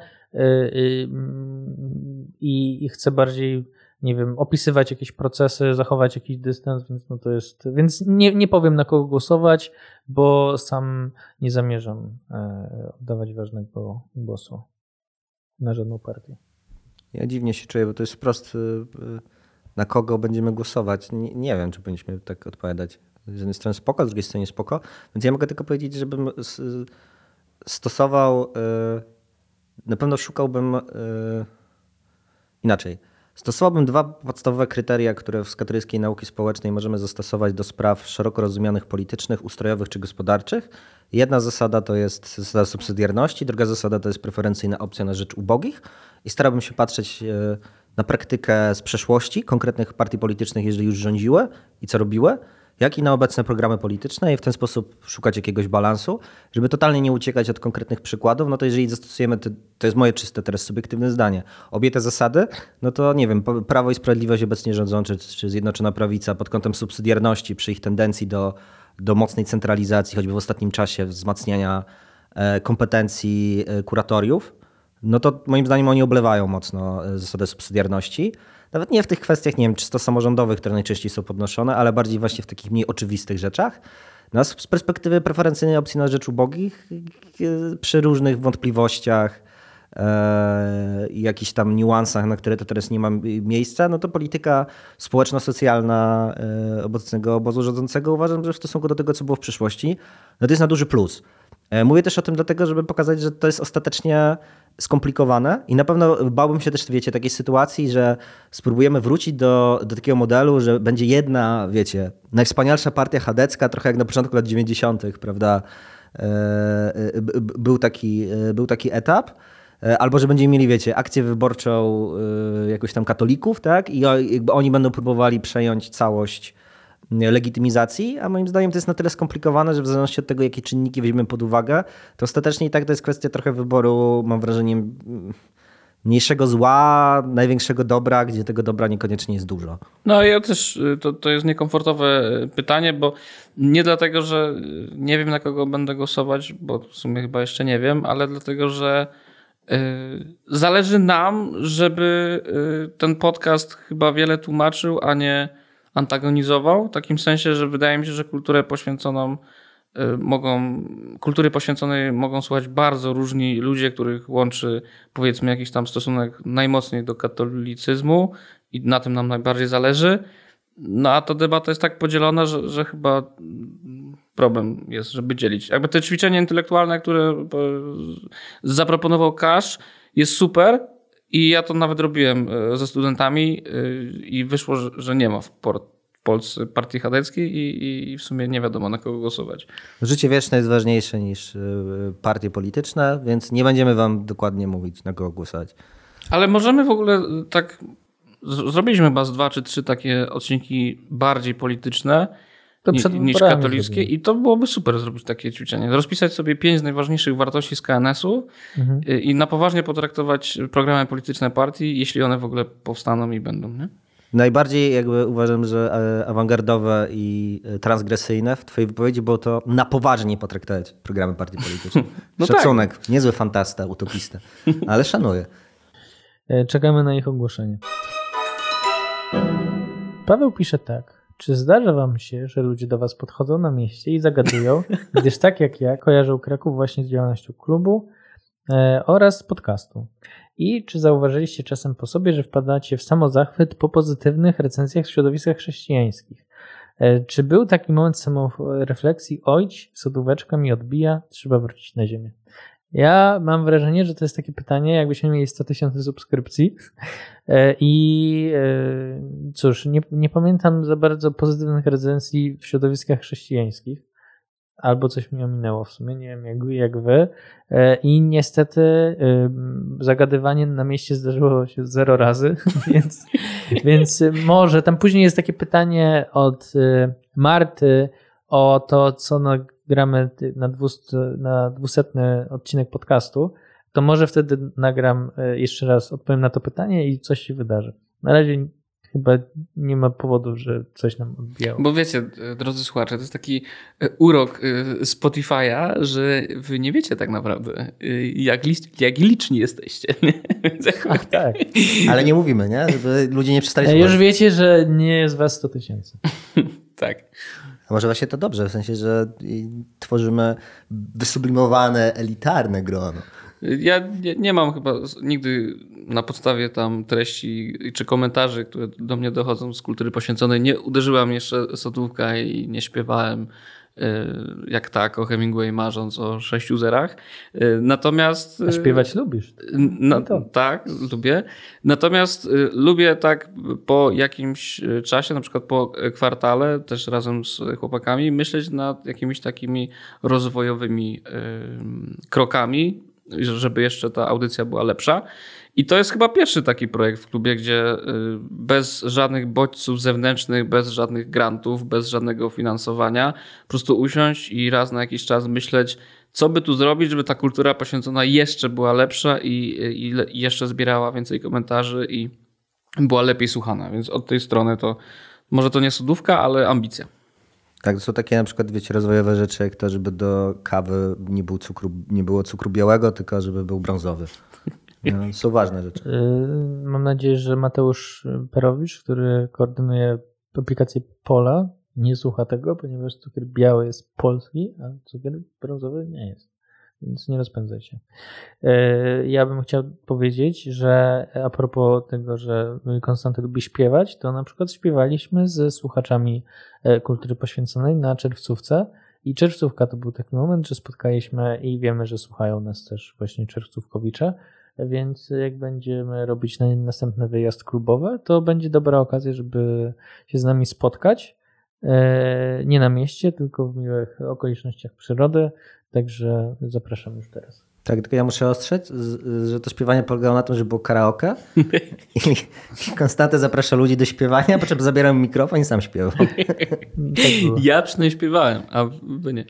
i chcę bardziej, nie wiem, opisywać jakieś procesy, zachować jakiś dystans, więc no to jest, więc nie powiem na kogo głosować, bo sam nie zamierzam oddawać ważnego głosu na żadną partię. Ja dziwnie się czuję, bo to jest wprost na kogo będziemy głosować. Nie wiem, czy powinniśmy tak odpowiadać. Z jednej strony spoko, z drugiej strony spoko, więc ja mogę tylko powiedzieć, żebym stosował, na pewno szukałbym inaczej. Stosowałbym dwa podstawowe kryteria, które z katolickiej nauki społecznej możemy zastosować do spraw szeroko rozumianych politycznych, ustrojowych czy gospodarczych. Jedna zasada to jest zasada subsydiarności, druga zasada to jest preferencyjna opcja na rzecz ubogich. I starałbym się patrzeć na praktykę z przeszłości konkretnych partii politycznych, jeżeli już rządziły i co robiły, jak i na obecne programy polityczne i w ten sposób szukać jakiegoś balansu, żeby totalnie nie uciekać od konkretnych przykładów. No to jeżeli zastosujemy, to jest moje czyste teraz subiektywne zdanie, obie te zasady, no to nie wiem, Prawo i Sprawiedliwość obecnie rządzące czy Zjednoczona Prawica pod kątem subsydiarności przy ich tendencji do mocnej centralizacji, choćby w ostatnim czasie wzmacniania kompetencji kuratoriów, no to moim zdaniem oni oblewają mocno zasadę subsydiarności. Nawet nie w tych kwestiach, nie wiem, czysto samorządowych, które najczęściej są podnoszone, ale bardziej właśnie w takich mniej oczywistych rzeczach. No, z perspektywy preferencyjnej opcji na rzecz ubogich, przy różnych wątpliwościach i jakichś tam niuansach, na które to teraz nie ma miejsca, no to polityka społeczno-socjalna obecnego obozu rządzącego uważam, że w stosunku do tego, co było w przyszłości, no to jest na duży plus. Mówię też o tym dlatego, żeby pokazać, że to jest ostatecznie skomplikowane i na pewno bałbym się też, wiecie, takiej sytuacji, że spróbujemy wrócić do takiego modelu, że będzie jedna, wiecie, najwspanialsza partia chadecka, trochę jak na początku lat 90., prawda? Był taki etap. Albo że będziemy mieli, wiecie, akcję wyborczą jakoś tam katolików, tak? I jakby oni będą próbowali przejąć całość legitymizacji, a moim zdaniem to jest na tyle skomplikowane, że w zależności od tego, jakie czynniki weźmiemy pod uwagę, to ostatecznie i tak to jest kwestia trochę wyboru, mam wrażenie, mniejszego zła, największego dobra, gdzie tego dobra niekoniecznie jest dużo. No ja też, to jest niekomfortowe pytanie, bo nie dlatego, że nie wiem, na kogo będę głosować, bo w sumie chyba jeszcze nie wiem, ale dlatego, że zależy nam, żeby ten podcast chyba wiele tłumaczył, a nie antagonizował. W takim sensie, że wydaje mi się, że kultury poświęconej mogą słuchać bardzo różni ludzie, których łączy powiedzmy jakiś tam stosunek najmocniej do katolicyzmu i na tym nam najbardziej zależy. No a ta debata jest tak podzielona, że chyba problem jest, żeby dzielić. Jakby te ćwiczenie intelektualne, które zaproponował Kasz, jest super i ja to nawet robiłem ze studentami i wyszło, że nie ma w Polsce partii chadeckiej i w sumie nie wiadomo, na kogo głosować. Życie wieczne jest ważniejsze niż partie polityczne, więc nie będziemy wam dokładnie mówić, na kogo głosować. Ale możemy w ogóle tak... Zrobiliśmy chyba 2 czy 3 takie odcinki bardziej polityczne niż katolickie i to byłoby super zrobić takie ćwiczenie. Rozpisać sobie 5 najważniejszych wartości z KNS-u i na poważnie potraktować programy polityczne partii, jeśli one w ogóle powstaną i będą, nie? Najbardziej jakby uważam, że awangardowe i transgresyjne w twojej wypowiedzi było to na poważnie potraktować programy partii politycznych. No szacunek, tak. Niezły fantasta, utopista, ale szanuję. Czekamy na ich ogłoszenie. Paweł pisze tak. Czy zdarza wam się, że ludzie do was podchodzą na mieście i zagadują, gdyż tak jak ja kojarzą Kraków właśnie z działalnością klubu oraz podcastu? I czy zauważyliście czasem po sobie, że wpadacie w samozachwyt po pozytywnych recenzjach w środowiskach chrześcijańskich? Czy był taki moment samorefleksji, ojć, sodóweczka mi odbija, trzeba wrócić na ziemię? Ja mam wrażenie, że to jest takie pytanie, jakbyśmy mieli 100 000 subskrypcji i cóż, nie pamiętam za bardzo pozytywnych recenzji w środowiskach chrześcijańskich. Albo coś mi ominęło w sumie, nie wiem jak wy. I niestety zagadywanie na mieście zdarzyło się 0 razy, więc może tam później jest takie pytanie od Marty o to, co nagramy na 200 odcinek podcastu, to może wtedy nagram jeszcze raz, odpowiem na to pytanie i coś się wydarzy. Na razie chyba nie ma powodu, że coś nam odbijało. Bo wiecie, drodzy słuchacze, to jest taki urok Spotify'a, że wy nie wiecie tak naprawdę, jak liczni jesteście. Ach, tak. Ale nie mówimy, nie? Żeby ludzie nie przestali słuchać. Już wiecie, że nie jest was 100 000. Tak. A może właśnie to dobrze, w sensie, że tworzymy wysublimowane, elitarne grono. Ja nie mam chyba nigdy na podstawie tam treści czy komentarzy, które do mnie dochodzą z kultury poświęconej, nie uderzyła mnie jeszcze sodówka i nie śpiewałem jak tak o Hemingway marząc o 6 zerach. Natomiast... A śpiewać lubisz? Tak, lubię. Natomiast lubię tak po jakimś czasie, na przykład po kwartale, też razem z chłopakami, myśleć nad jakimiś takimi rozwojowymi krokami, żeby jeszcze ta audycja była lepsza. I to jest chyba pierwszy taki projekt w klubie, gdzie bez żadnych bodźców zewnętrznych, bez żadnych grantów, bez żadnego finansowania, po prostu usiąść i raz na jakiś czas myśleć, co by tu zrobić, żeby ta kultura poświęcona jeszcze była lepsza i jeszcze zbierała więcej komentarzy i była lepiej słuchana. Więc od tej strony to może to nie sodówka, ale ambicja. Tak, to są takie na przykład, wiecie, rozwojowe rzeczy, jak to, żeby do kawy nie było cukru białego, tylko żeby był brązowy. No, są ważne rzeczy. Mam nadzieję, że Mateusz Perowicz, który koordynuje aplikację Pola, nie słucha tego, ponieważ cukier biały jest polski, a cukier brązowy nie jest. Więc nie rozpędzaj się. Ja bym chciał powiedzieć, że a propos tego, że Konstanty lubi śpiewać, to na przykład śpiewaliśmy ze słuchaczami kultury poświęconej na czerwcówce i czerwcówka to był taki moment, że spotkaliśmy i wiemy, że słuchają nas też właśnie czerwcówkowicze, więc jak będziemy robić następny wyjazd klubowy, to będzie dobra okazja, żeby się z nami spotkać. Nie na mieście, tylko w miłych okolicznościach przyrody. Także zapraszam już teraz. Tak, tylko ja muszę ostrzec, że to śpiewanie polegało na tym, że było karaoke i Konstanty zaprasza ludzi do śpiewania, po czym zabieram mikrofon i sam śpiewał. Ja przynajmniej śpiewałem, a wy nie.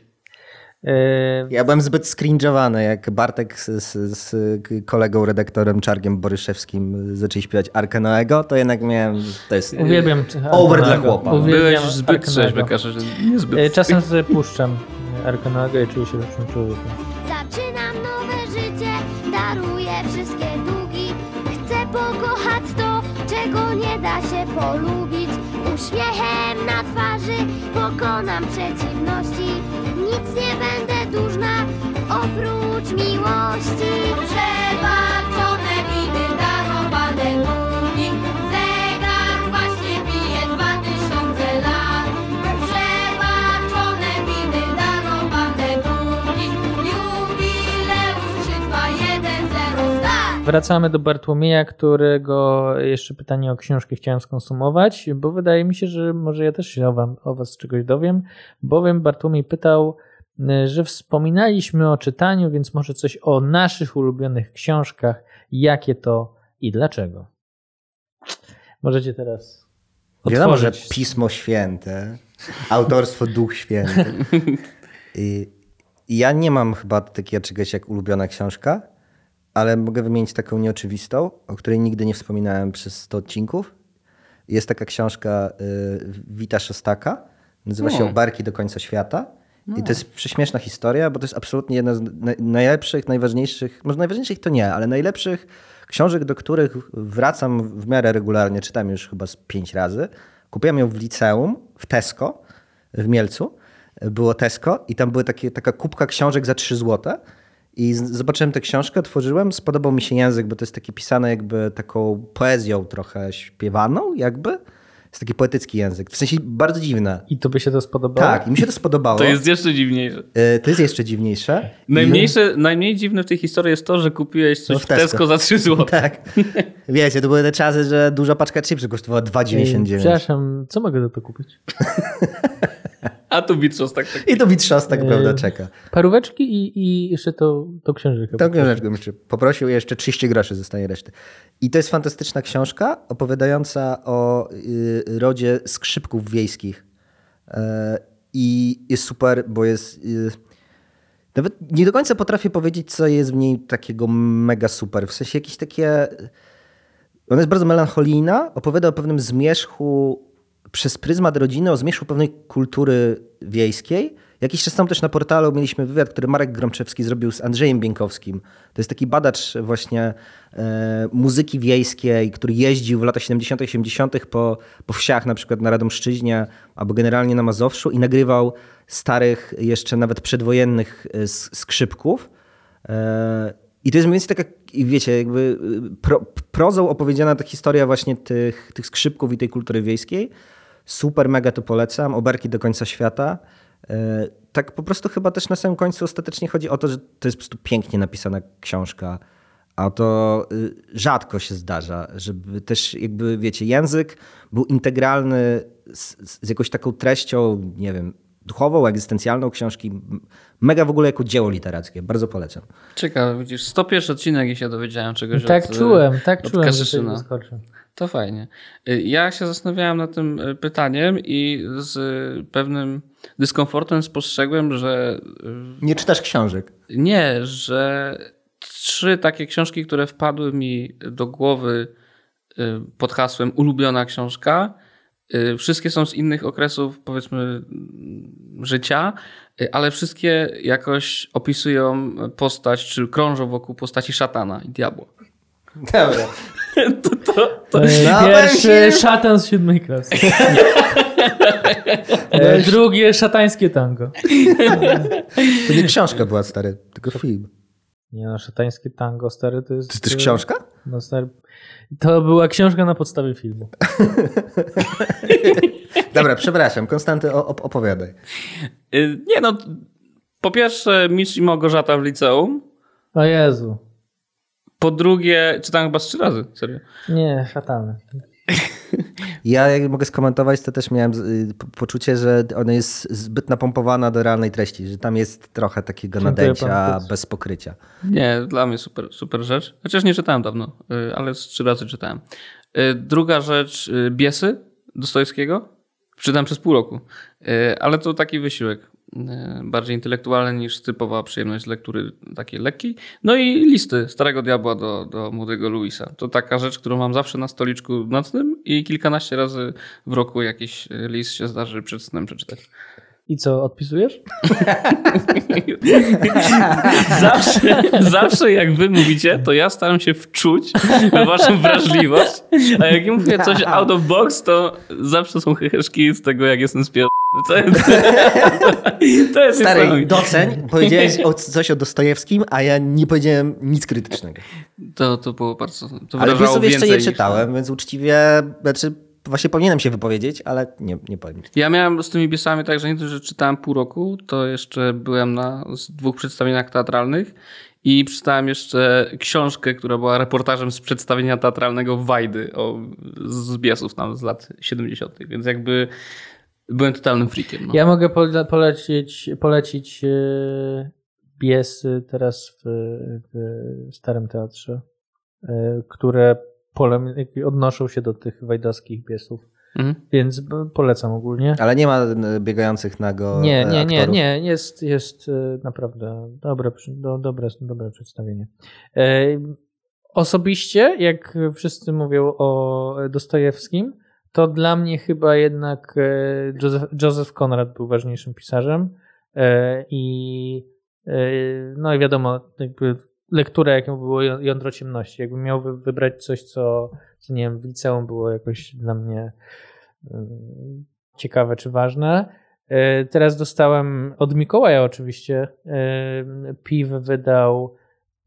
Ja byłem zbyt skringe'owany, jak Bartek z kolegą redaktorem Czarkiem Boryszewskim zaczęli śpiewać Arkę Noego, to jednak miałem... To jest uwielbiam over dla chłopa. Byłeś zbyt trzeźwy, Każe, że niezbyt. Czasem sobie puszczam Arkę Noego i czuję się lepszym człowiekiem. Zaczynam nowe życie, daruję wszystkie długi. Chcę pokochać to, czego nie da się polubić. Uśmiechem na twarzy pokonam przeciwności. Nic nie będę dłużna, oprócz miłości. Przebaczone winy, darowane długi. Zegar właśnie bije 2000 lat. Przebaczone winy, darowane długi. Jubileusz 3210 lat. Wracamy do Bartłomieja, którego jeszcze pytanie o książkę chciałem skonsumować, bo wydaje mi się, że może ja też się o was czegoś dowiem, bowiem Bartłomiej pytał, że wspominaliśmy o czytaniu, więc może coś o naszych ulubionych książkach, jakie to i dlaczego. Możecie teraz otworzyć. Wiadomo, że Pismo Święte, autorstwo Duch Święty. I ja nie mam chyba takiego czegoś jak ulubiona książka, ale mogę wymienić taką nieoczywistą, o której nigdy nie wspominałem przez 100 odcinków. Jest taka książka Wita Szostaka, nazywa się Oberki do końca świata. I to jest prześmieszna historia, bo to jest absolutnie jedna z najlepszych, najważniejszych, może najważniejszych to nie, ale najlepszych książek, do których wracam w miarę regularnie. Czytam już chyba z 5 razy. Kupiłem ją w liceum, w Tesco, w Mielcu. Było Tesco i tam była taka kubka książek za 3 złote. I zobaczyłem tę książkę, otworzyłem, spodobał mi się język, bo to jest takie pisane jakby taką poezją trochę śpiewaną jakby. Jest taki poetycki język, w sensie bardzo dziwne. I to by się to spodobało? Tak, i mi się to spodobało. To jest jeszcze dziwniejsze. To jest jeszcze dziwniejsze. Najmniej dziwne w tej historii jest to, że kupiłeś coś w Tesco za 3 zł. Tak. Wiecie, to były te czasy, że duża paczka chipsów kosztowała 2,99. Przepraszam, co mogę za to kupić? A tu Witrzostak. I to Witrzostak, prawda, czeka. Paróweczki i jeszcze to książkę. Tą książeczkę jeszcze poprosił, jeszcze 30 groszy zostanie reszty. I to jest fantastyczna książka opowiadająca o rodzie skrzypków wiejskich. I jest super, bo jest... Nawet nie do końca potrafię powiedzieć, co jest w niej takiego mega super. W sensie jakieś takie... Ona jest bardzo melancholijna, opowiada o pewnym zmierzchu przez pryzmat rodziny, o zmierzchu pewnej kultury wiejskiej. Jakiś czas temu też na portalu mieliśmy wywiad, który Marek Gromczewski zrobił z Andrzejem Bieńkowskim. To jest taki badacz właśnie muzyki wiejskiej, który jeździł w latach 70., 80. po wsiach, na przykład na Radomszczyźnie albo generalnie na Mazowszu i nagrywał starych, jeszcze nawet przedwojennych skrzypków. I to jest mniej więcej taka, wiecie, jakby prozą opowiedziana ta historia właśnie tych skrzypków i tej kultury wiejskiej. Super, mega to polecam. Oberki do końca świata. Tak po prostu chyba też na samym końcu ostatecznie chodzi o to, że to jest po prostu pięknie napisana książka. A to rzadko się zdarza, żeby też jakby, wiecie, język był integralny z jakąś taką treścią, nie wiem, duchową, egzystencjalną książki. Mega w ogóle jako dzieło literackie. Bardzo polecam. Ciekawe, widzisz, 101 odcinek i się dowiedziałem czegoś tak od czułem, że się wyskoczy. To fajnie. Ja się zastanawiałem nad tym pytaniem i z pewnym dyskomfortem spostrzegłem, że... Nie czytasz książek? Nie, że 3 takie książki, które wpadły mi do głowy pod hasłem ulubiona książka, wszystkie są z innych okresów, powiedzmy, życia, ale wszystkie jakoś opisują postać, czy krążą wokół postaci szatana i diabła. Dobra. To pierwszy szatan z 7 klasy. Drugie szatańskie tango. To nie książka była, stary, tylko film. Nie no, szatańskie tango, stary, to jest... To jest książka? No, stary, to była książka na podstawie filmu. Dobra, przepraszam. Konstanty, opowiadaj. Nie no, po pierwsze Mistrz i Małgorzata w liceum. O Jezu. Po drugie, czytałem chyba z 3 razy, serio. Nie, fatalne. Ja jak mogę skomentować, to też miałem poczucie, że ona jest zbyt napompowana do realnej treści, że tam jest trochę takiego nadęcia bez pokrycia. Nie, dla mnie super rzecz. Chociaż nie czytałem dawno, ale 3 razy czytałem. Druga rzecz, Biesy Dostojewskiego. Czytam przez pół roku, ale to taki wysiłek. Bardziej intelektualny niż typowa przyjemność lektury takiej lekkiej. No i Listy Starego Diabła do Młodego Louisa. To taka rzecz, którą mam zawsze na stoliczku nocnym i kilkanaście razy w roku jakiś list się zdarzy przed snem przeczytać. I co, odpisujesz? zawsze jak wy mówicie, to ja staram się wczuć w waszą wrażliwość, a jak mówię coś out of box, to zawsze są heheszki z tego, jak jestem spierdolony. To jest Stary, doceń, powiedziałeś coś o Dostojewskim, a ja nie powiedziałem nic krytycznego. To było bardzo... To ale Biesów jeszcze nie czytałem, więc uczciwie... Właśnie powinienem się wypowiedzieć, ale nie powiem. Ja miałem z tymi Biesami tak, że nie tylko, że czytałem pół roku, to jeszcze byłem na 2 przedstawieniach teatralnych i przeczytałem jeszcze książkę, która była reportażem z przedstawienia teatralnego Wajdy z Biesów tam z lat 70. Więc jakby byłem totalnym freakiem. No. Ja mogę polecić Biesy teraz w Starym Teatrze, które odnoszą się do tych wajdowskich Biesów. Więc polecam ogólnie. Ale nie ma biegających nago Nie. Jest naprawdę dobre przedstawienie. Osobiście, jak wszyscy mówią o Dostojewskim, to dla mnie chyba jednak Joseph Conrad był ważniejszym pisarzem. No i wiadomo, jakby lektura, jaką było Jądro Ciemności. Jakbym miał wybrać coś, co nie wiem, w liceum było jakoś dla mnie ciekawe czy ważne. Teraz dostałem od Mikołaja oczywiście. Piw wydał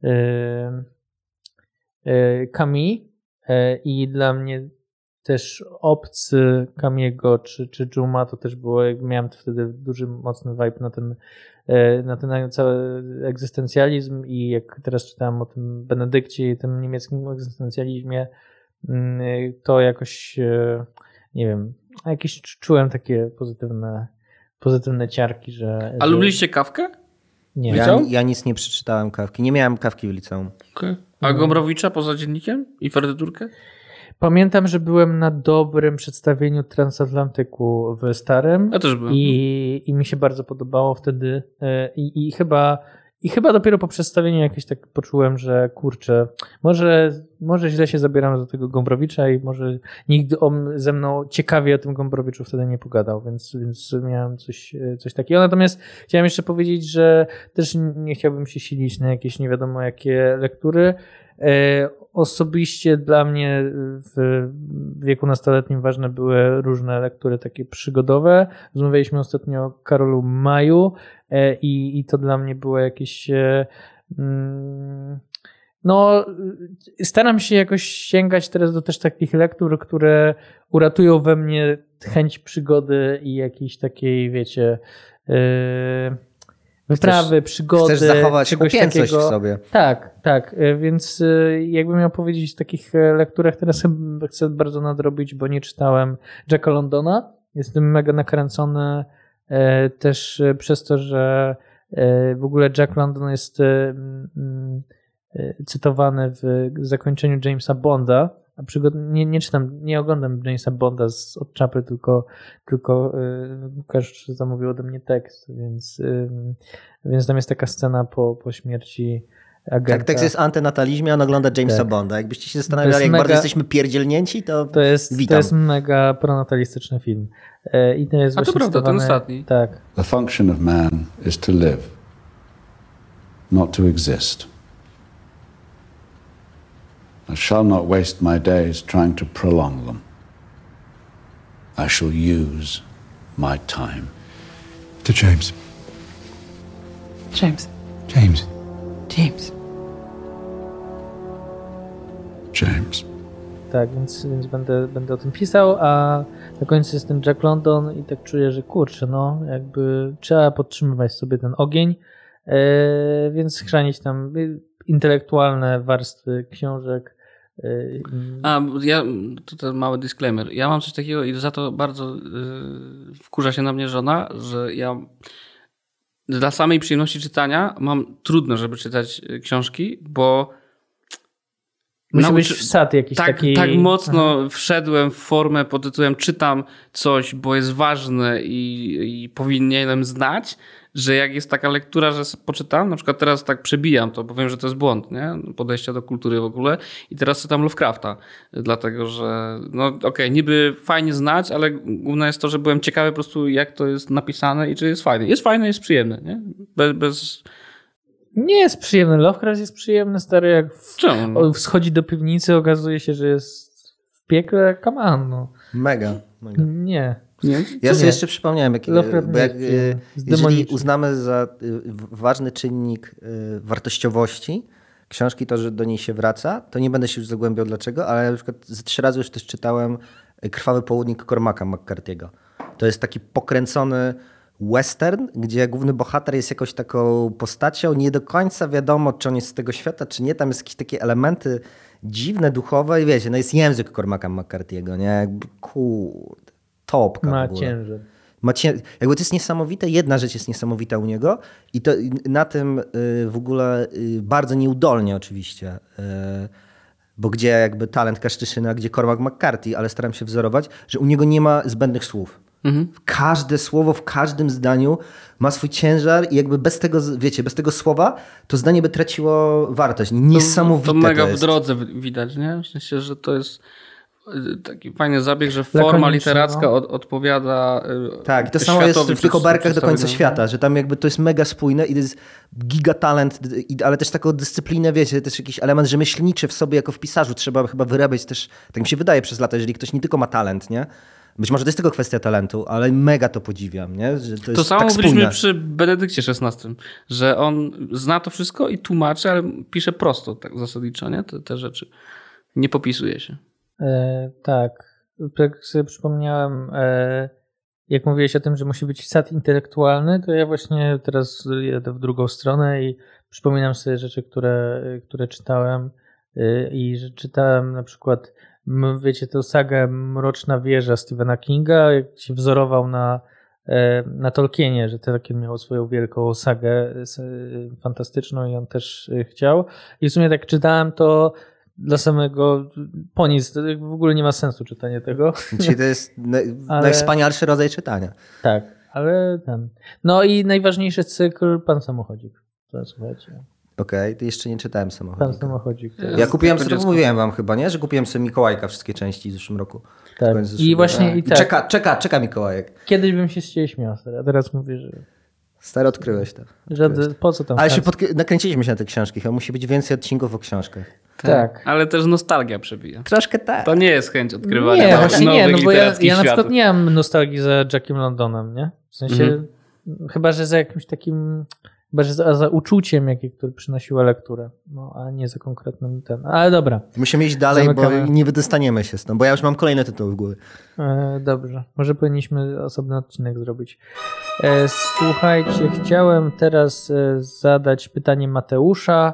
Camus i dla mnie też Obcy Camiego czy Dżuma to też było, miałem wtedy duży, mocny vibe na ten cały egzystencjalizm i jak teraz czytałem o tym Benedykcie i tym niemieckim egzystencjalizmie, to jakoś nie wiem, jakieś czułem takie pozytywne ciarki, że... A lubiliście Kawkę? Nie. Ja nic nie przeczytałem Kawki. Nie miałem Kawki w liceum. Okay. A Gombrowicza poza Dziennikiem i Ferdyturkę? Pamiętam, że byłem na dobrym przedstawieniu Transatlantyku w Starym. Ja też byłem. I mi się bardzo podobało wtedy. I chyba dopiero po przedstawieniu jakieś tak poczułem, że kurczę, może źle się zabieram do tego Gombrowicza i może nikt ze mną ciekawie o tym Gombrowiczu wtedy nie pogadał, więc miałem coś takiego. Natomiast chciałem jeszcze powiedzieć, że też nie chciałbym się silić na jakieś nie wiadomo jakie lektury. Osobiście dla mnie w wieku nastoletnim ważne były różne lektury takie przygodowe. Rozmawialiśmy ostatnio o Karolu Maju i to dla mnie było jakieś... No, staram się jakoś sięgać teraz do też takich lektur, które uratują we mnie chęć przygody i jakiejś takiej, wiecie... wyprawy, przygody. Chcesz zachować czegoś kupięcość takiego. w sobie. Tak. Więc jakbym miał powiedzieć o takich lekturach, teraz chcę bardzo nadrobić, bo nie czytałem Jacka Londona. Jestem mega nakręcony też przez to, że w ogóle Jack London jest cytowany w zakończeniu Jamesa Bonda. A nie oglądam Jamesa Bonda od czapy, tylko Łukasz zamówił ode mnie tekst, więc tam jest taka scena po śmierci agenta. Tak, tekst jest o antynatalizmie, on ogląda Jamesa Bonda. Jakbyście się zastanawiali, jak bardzo jesteśmy pierdzielnięci, to witam. To jest mega pronatalistyczny film. I to jest to prawda, ten ostatni. Tak. The function of man is to live, not to exist. I shall not waste my days trying to prolong them. I shall use my time. To James. James. James. James. James. Tak, więc będę o tym pisał, a na końcu jest ten Jack London i tak czuję, że kurczę, no jakby trzeba podtrzymywać sobie ten ogień, więc chrzanić tam intelektualne warstwy książek To ten mały disclaimer. Ja mam coś takiego i za to bardzo wkurza się na mnie żona, że ja dla samej przyjemności czytania mam trudno, żeby czytać książki, bo musi być wsad jakiś taki. Tak mocno wszedłem w formę pod tytułem czytam coś, bo jest ważne i powinienem znać, że jak jest taka lektura, że poczytam, na przykład teraz tak przebijam to, bo wiem, że to jest błąd, nie? Podejścia do kultury w ogóle i teraz czytam Lovecrafta, dlatego że niby fajnie znać, ale główne jest to, że byłem ciekawy po prostu jak to jest napisane i czy jest fajne. Jest fajne, jest przyjemne, nie? Bez... Nie jest przyjemny. Lovecraft jest przyjemny, stary, jak wschodzi do piwnicy, okazuje się, że jest w piekle. Come on, no. Mega. Nie. Ja sobie jeszcze przypomniałem, jeżeli uznamy za ważny czynnik wartościowości książki to, że do niej się wraca, to nie będę się już zagłębiał dlaczego, ale na przykład ze 3 razy już też czytałem Krwawy południk Cormaca McCarthy'ego. To jest taki pokręcony western, gdzie główny bohater jest jakąś taką postacią, nie do końca wiadomo, czy on jest z tego świata, czy nie. Tam jest jakieś takie elementy dziwne, duchowe i wiecie, jest język Cormaca McCarthy'ego, nie? Kurde, topka. Ma ciężar. Jakby to jest niesamowite. Jedna rzecz jest niesamowita u niego i to na tym w ogóle bardzo nieudolnie oczywiście, bo gdzie jakby talent Kaszczyszyna, gdzie Cormac McCarthy, ale staram się wzorować, że u niego nie ma zbędnych słów. Każde słowo w każdym zdaniu ma swój ciężar i jakby bez tego, wiecie, bez tego słowa to zdanie by traciło wartość. Niesamowite to mega to jest. W drodze widać, nie? W sensie, że to jest taki fajny zabieg, że forma literacka odpowiada. Tak, to samo jest w tych oberkach do końca świata, że tam jakby to jest mega spójne i to jest gigatalent, ale też taką dyscyplinę, wiecie, też jakiś element rzemieślniczy w sobie jako w pisarzu trzeba chyba wyrabiać też, tak mi się wydaje przez lata, jeżeli ktoś nie tylko ma talent, nie? Być może to jest tylko kwestia talentu, ale mega to podziwiam, nie? Że to samo tak mówiliśmy przy Benedykcie XVI, że on zna to wszystko i tłumaczy, ale pisze prosto, tak zasadniczo, nie? Te rzeczy. Nie popisuje się. Tak. Jak sobie przypomniałem, jak mówiłeś o tym, że musi być wsad intelektualny, to ja właśnie teraz jedę w drugą stronę i przypominam sobie rzeczy, które czytałem i że czytałem na przykład, wiecie, tę sagę Mroczna Wieża Stephena Kinga, jak się wzorował na Tolkienie, że Tolkien miał swoją wielką sagę fantastyczną i on też chciał. I w sumie tak czytałem to dla samego po nic. To w ogóle nie ma sensu czytanie tego. Czyli to jest najwspanialszy rodzaj czytania. Tak, ale ten. No i najważniejszy cykl Pan Samochodzik. To słuchajcie. Okej, to jeszcze nie czytałem Samochodzik. Pan Samochodzik. Ja kupiłem sobie, mówiłem wam chyba, nie? Że kupiłem sobie Mikołajka wszystkie części w zeszłym roku. Tak. I właśnie i tak. Czeka Mikołajek. Kiedyś bym się z ciebie śmiał, a teraz mówię, że... Stary, odkryłeś to. Po co tam? Ale się nakręciliśmy się na te książki. Chyba musi być więcej odcinków o książkach. Tak. Ale też nostalgia przebija. Troszkę tak. To nie jest chęć odkrywania nie, właśnie nie, no bo ja na światów. przykład nie mam nostalgii za Jackiem Londonem, nie? W sensie, chyba że za jakimś takim... Chyba, że za uczuciem, który przynosiła lekturę. No, a nie za konkretnym ten. Ale dobra. Musimy iść dalej, Zamykamy. Bo nie wydostaniemy się stąd, bo ja już mam kolejne tytuły w głowie. Dobrze. Może powinniśmy osobny odcinek zrobić. Słuchajcie, chciałem teraz zadać pytanie Mateusza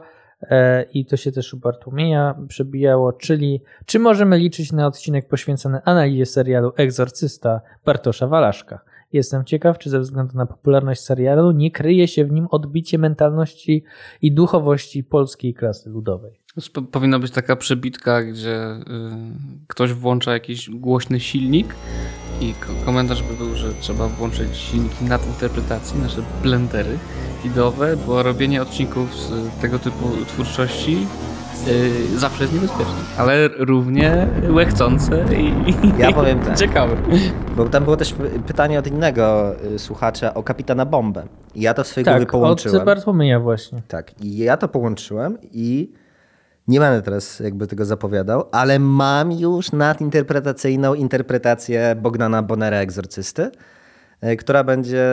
i to się też u Bartłomieja przebijało, czyli czy możemy liczyć na odcinek poświęcony analizie serialu Egzorcysta Bartosza Walaszka? Jestem ciekaw, czy ze względu na popularność serialu nie kryje się w nim odbicie mentalności i duchowości polskiej klasy ludowej. Powinna być taka przebitka, gdzie ktoś włącza jakiś głośny silnik i komentarz by był, że trzeba włączyć silniki nadinterpretacji, nasze blendery widowe, bo robienie odcinków z tego typu twórczości zawsze jest niebezpieczne, ale równie łechcące i ja powiem tak, ciekawe. Bo tam było też pytanie od innego słuchacza o Kapitana Bombę. I ja to w swojej głowie połączyłem. Od Bartłomieja właśnie. Tak, i ja to połączyłem i nie będę teraz jakby tego zapowiadał, ale mam już nadinterpretacyjną interpretację Bogdana Bonnera Egzorcysty, która będzie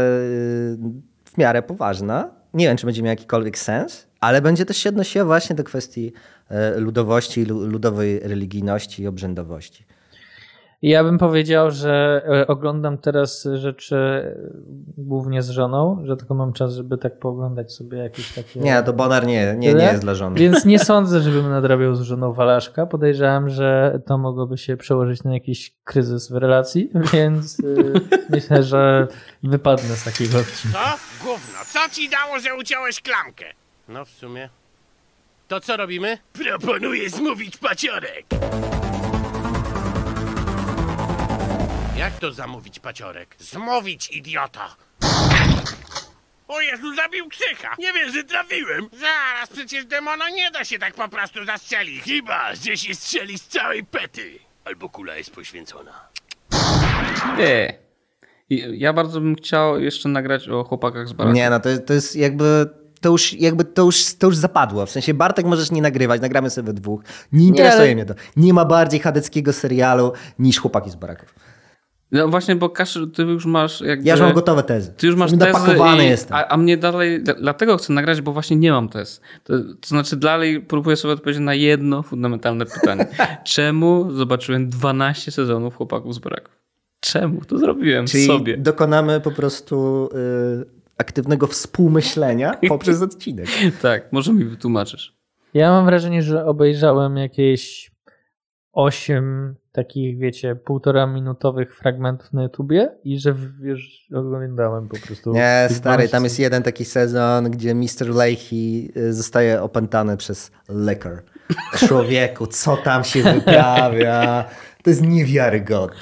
w miarę poważna. Nie wiem, czy będzie miał jakikolwiek sens, ale będzie też się odnosiła właśnie do kwestii ludowości, ludowej religijności i obrzędowości. Ja bym powiedział, że oglądam teraz rzeczy głównie z żoną, że tylko mam czas, żeby tak pooglądać sobie jakieś takie... Nie, to Bonar nie jest dla żony. Więc nie sądzę, żebym nadrabiał z żoną Walaszka. Podejrzewam, że to mogłoby się przełożyć na jakiś kryzys w relacji, więc myślę, że wypadnę z takiego odcinka. Co? Gówno, co ci dało, że uciąłeś klamkę? No w sumie. To co robimy? Proponuję zmówić paciorek. Jak to zamówić paciorek? Zmówić, idiota! O Jezu, zabił Krzycha! Nie wiesz, że trafiłem! Zaraz, przecież demona nie da się tak po prostu zastrzelić! Chyba, że się strzeli z całej pety! Albo kula jest poświęcona. Nie. Ja bardzo bym chciał jeszcze nagrać o chłopakach z baraku. Nie, no to jest jakby... To już zapadło. W sensie Bartek możesz nie nagrywać, nagramy sobie we dwóch. Nie interesuje mnie to. Nie ma bardziej chadeckiego serialu niż Chłopaki z baraków. No właśnie, bo Kaszu, ty już masz jakby... Ja już mam gotowe tezy. Ty już masz tezy jestem. A mnie dalej... Dlatego chcę nagrać, bo właśnie nie mam tez. To znaczy dalej próbuję sobie odpowiedzieć na jedno fundamentalne pytanie. Czemu zobaczyłem 12 sezonów Chłopaków z baraków? Czemu to zrobiłem sobie? Dokonamy po prostu aktywnego współmyślenia poprzez odcinek. Tak, może mi wytłumaczysz. Ja mam wrażenie, że obejrzałem jakieś 8 takich, wiecie, 1,5 minutowych fragmentów na YouTubie i że już oglądałem po prostu. Nie, stary, tam jest jeden taki sezon, gdzie Mr. Leahy zostaje opętany przez liquor. Człowieku, co tam się wyprawia? To jest niewiarygodne.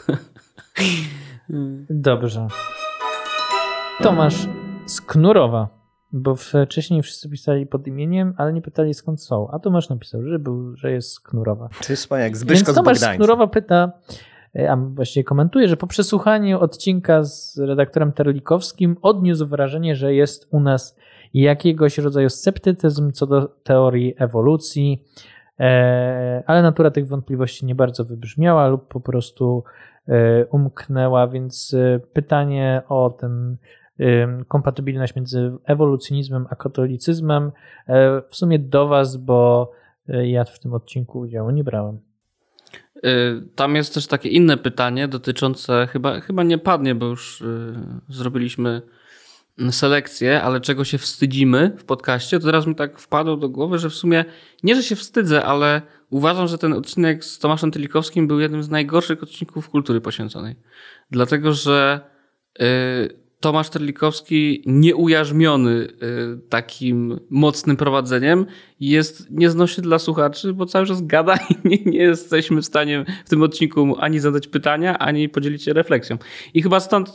Dobrze. Tomasz z Knurowa, bo wcześniej wszyscy pisali pod imieniem, ale nie pytali skąd są. A Tomasz napisał, że jest z Knurowa. To jest jak Zbyszko z Tomasz z Knurowa pyta, a właściwie komentuje, że po przesłuchaniu odcinka z redaktorem Terlikowskim odniósł wrażenie, że jest u nas jakiegoś rodzaju sceptycyzm co do teorii ewolucji, ale natura tych wątpliwości nie bardzo wybrzmiała lub po prostu umknęła, więc pytanie o ten kompatybilność między ewolucjonizmem a katolicyzmem w sumie do was, bo ja w tym odcinku udziału nie brałem. Tam jest też takie inne pytanie dotyczące, chyba nie padnie, bo już zrobiliśmy selekcję, ale czego się wstydzimy w podcaście, to teraz mi tak wpadło do głowy, że w sumie nie, że się wstydzę, ale uważam, że ten odcinek z Tomaszem Terlikowskim był jednym z najgorszych odcinków kultury poświęconej. Dlatego, że Tomasz Terlikowski nieujarzmiony takim mocnym prowadzeniem jest nieznośny dla słuchaczy, bo cały czas gada i nie jesteśmy w stanie w tym odcinku ani zadać pytania, ani podzielić się refleksją. I chyba stąd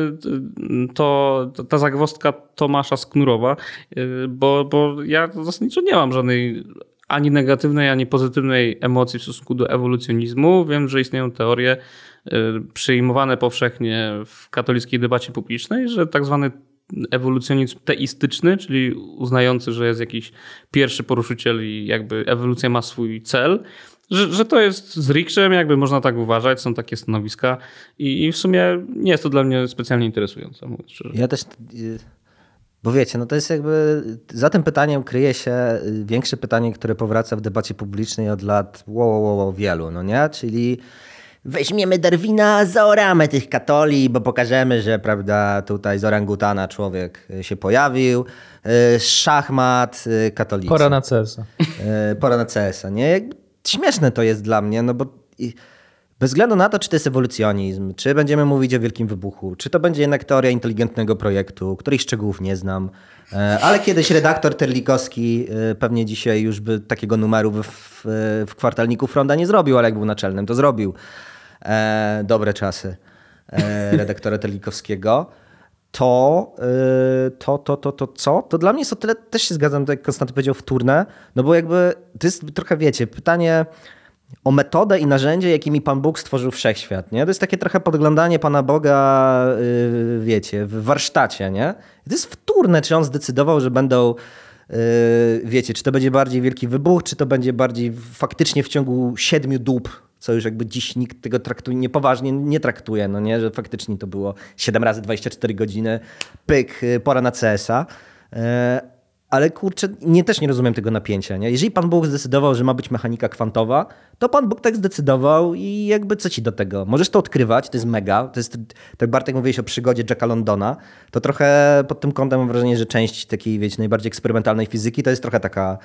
ta zagwozdka Tomasza z Knurowa, bo ja zasadniczo nie mam żadnej ani negatywnej, ani pozytywnej emocji w stosunku do ewolucjonizmu. Wiem, że istnieją teorie przyjmowane powszechnie w katolickiej debacie publicznej, że tak zwany ewolucjonizm teistyczny, czyli uznający, że jest jakiś pierwszy poruszyciel i jakby ewolucja ma swój cel, że to jest z rikszem, jakby można tak uważać, są takie stanowiska i w sumie nie jest to dla mnie specjalnie interesujące, mówiąc szczerze. Ja też... Bo wiecie, no to jest jakby, za tym pytaniem kryje się większe pytanie, które powraca w debacie publicznej od lat wielu, no nie? Czyli weźmiemy Darwina, zaoramy tych katoli, bo pokażemy, że prawda, tutaj z orangutana człowiek się pojawił, szachmat, katolicy. Pora na CS-a. Pora na CS-a, nie? Jakby śmieszne to jest dla mnie, no bo... Bez względu na to, czy to jest ewolucjonizm, czy będziemy mówić o Wielkim Wybuchu, czy to będzie jednak teoria inteligentnego projektu, których szczegółów nie znam, ale kiedyś redaktor Terlikowski pewnie dzisiaj już by takiego numeru w kwartalniku Fronda nie zrobił, ale jak był naczelnym, to zrobił. Dobre czasy redaktora Terlikowskiego. To dla mnie jest o tyle, też się zgadzam, tak jak Konstanty powiedział, wtórne, no bo jakby to jest trochę, wiecie, pytanie o metodę i narzędzie, jakimi Pan Bóg stworzył wszechświat, nie? To jest takie trochę podglądanie Pana Boga, wiecie, w warsztacie, nie? To jest wtórne, czy on zdecydował, że będą, wiecie, czy to będzie bardziej Wielki Wybuch, czy to będzie bardziej faktycznie w ciągu 7 dób, co już jakby dziś nikt tego poważnie nie traktuje, no nie? Że faktycznie to było 7 razy 24 godziny, pyk, pora na CS-a. Ale kurczę, też nie rozumiem tego napięcia. Nie? Jeżeli Pan Bóg zdecydował, że ma być mechanika kwantowa, to Pan Bóg tak zdecydował i jakby co ci do tego? Możesz to odkrywać, to jest mega. To jest, tak Bartek mówiłeś o przygodzie Jacka Londona, to trochę pod tym kątem mam wrażenie, że część takiej, wiecie, najbardziej eksperymentalnej fizyki to jest trochę taka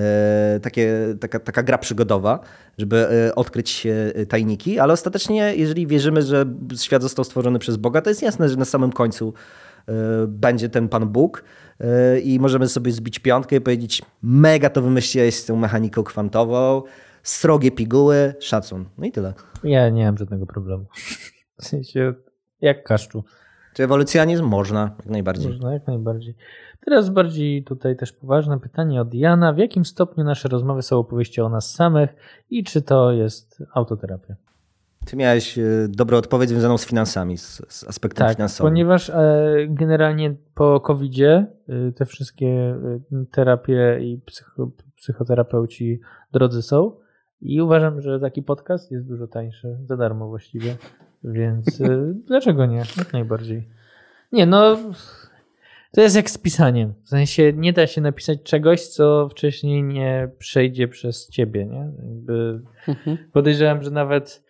gra przygodowa, żeby odkryć tajniki, ale ostatecznie, jeżeli wierzymy, że świat został stworzony przez Boga, to jest jasne, że na samym końcu będzie ten Pan Bóg i możemy sobie zbić piątkę i powiedzieć, mega to wymyśliłeś z tą mechaniką kwantową, srogie piguły, szacun. No i tyle. Ja nie mam żadnego problemu. W sensie, jak Kaszczu. Czy ewolucjonizm? Można, jak najbardziej. Można, jak najbardziej. Teraz bardziej tutaj też poważne pytanie od Jana. W jakim stopniu nasze rozmowy są opowieścią o nas samych i czy to jest autoterapia? Ty miałeś dobrą odpowiedź związaną z finansami, z aspektem finansowym. Ponieważ generalnie po COVID-zie te wszystkie terapie i psychoterapeuci drodzy są i uważam, że taki podcast jest dużo tańszy, za darmo właściwie, więc dlaczego nie? Jak najbardziej. Nie, no to jest jak z pisaniem. W sensie nie da się napisać czegoś, co wcześniej nie przejdzie przez ciebie, nie? Jakby podejrzewam, że nawet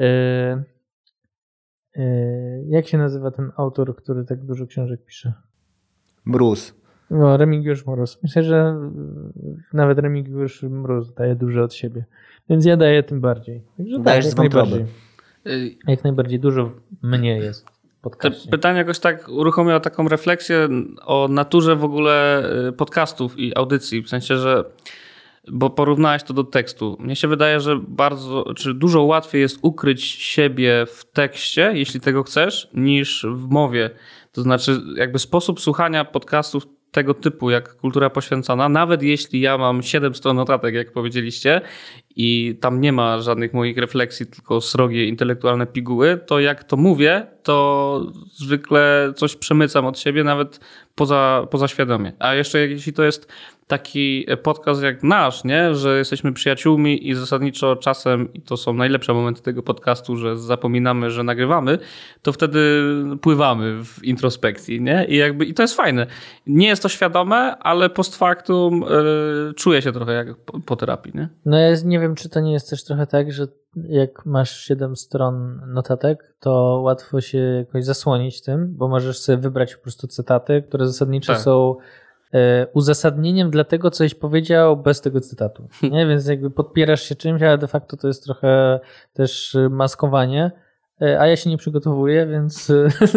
jak się nazywa ten autor, który tak dużo książek pisze? Mróz. No, Remigiusz Mróz. Myślę, że nawet Remigiusz Mróz daje dużo od siebie. Więc ja daję tym bardziej. Także dajesz tak, z wątroby. Jak najbardziej dużo mnie jest. Pytanie jakoś tak uruchomiło taką refleksję o naturze w ogóle podcastów i audycji. W sensie, że bo porównałeś to do tekstu. Mnie się wydaje, że dużo łatwiej jest ukryć siebie w tekście, jeśli tego chcesz, niż w mowie. To znaczy jakby sposób słuchania podcastów tego typu jak Kultura Poświęcona, nawet jeśli ja mam 7 stron notatek, jak powiedzieliście, i tam nie ma żadnych moich refleksji, tylko srogie intelektualne piguły, to jak to mówię, to zwykle coś przemycam od siebie, nawet poza świadomie. A jeszcze jeśli to jest taki podcast jak nasz, nie? Że jesteśmy przyjaciółmi i zasadniczo czasem, i to są najlepsze momenty tego podcastu, że zapominamy, że nagrywamy, to wtedy pływamy w introspekcji, nie? I to jest fajne. Nie jest to świadome, ale post factum czuję się trochę jak po terapii, nie? No ja nie wiem, czy to nie jest też trochę tak, że jak masz 7 stron notatek, to łatwo się jakoś zasłonić tym, bo możesz sobie wybrać po prostu cytaty, które zasadniczo są uzasadnieniem dla tego, coś powiedział bez tego cytatu. Nie? Więc jakby podpierasz się czymś, ale de facto to jest trochę też maskowanie, a ja się nie przygotowuję, więc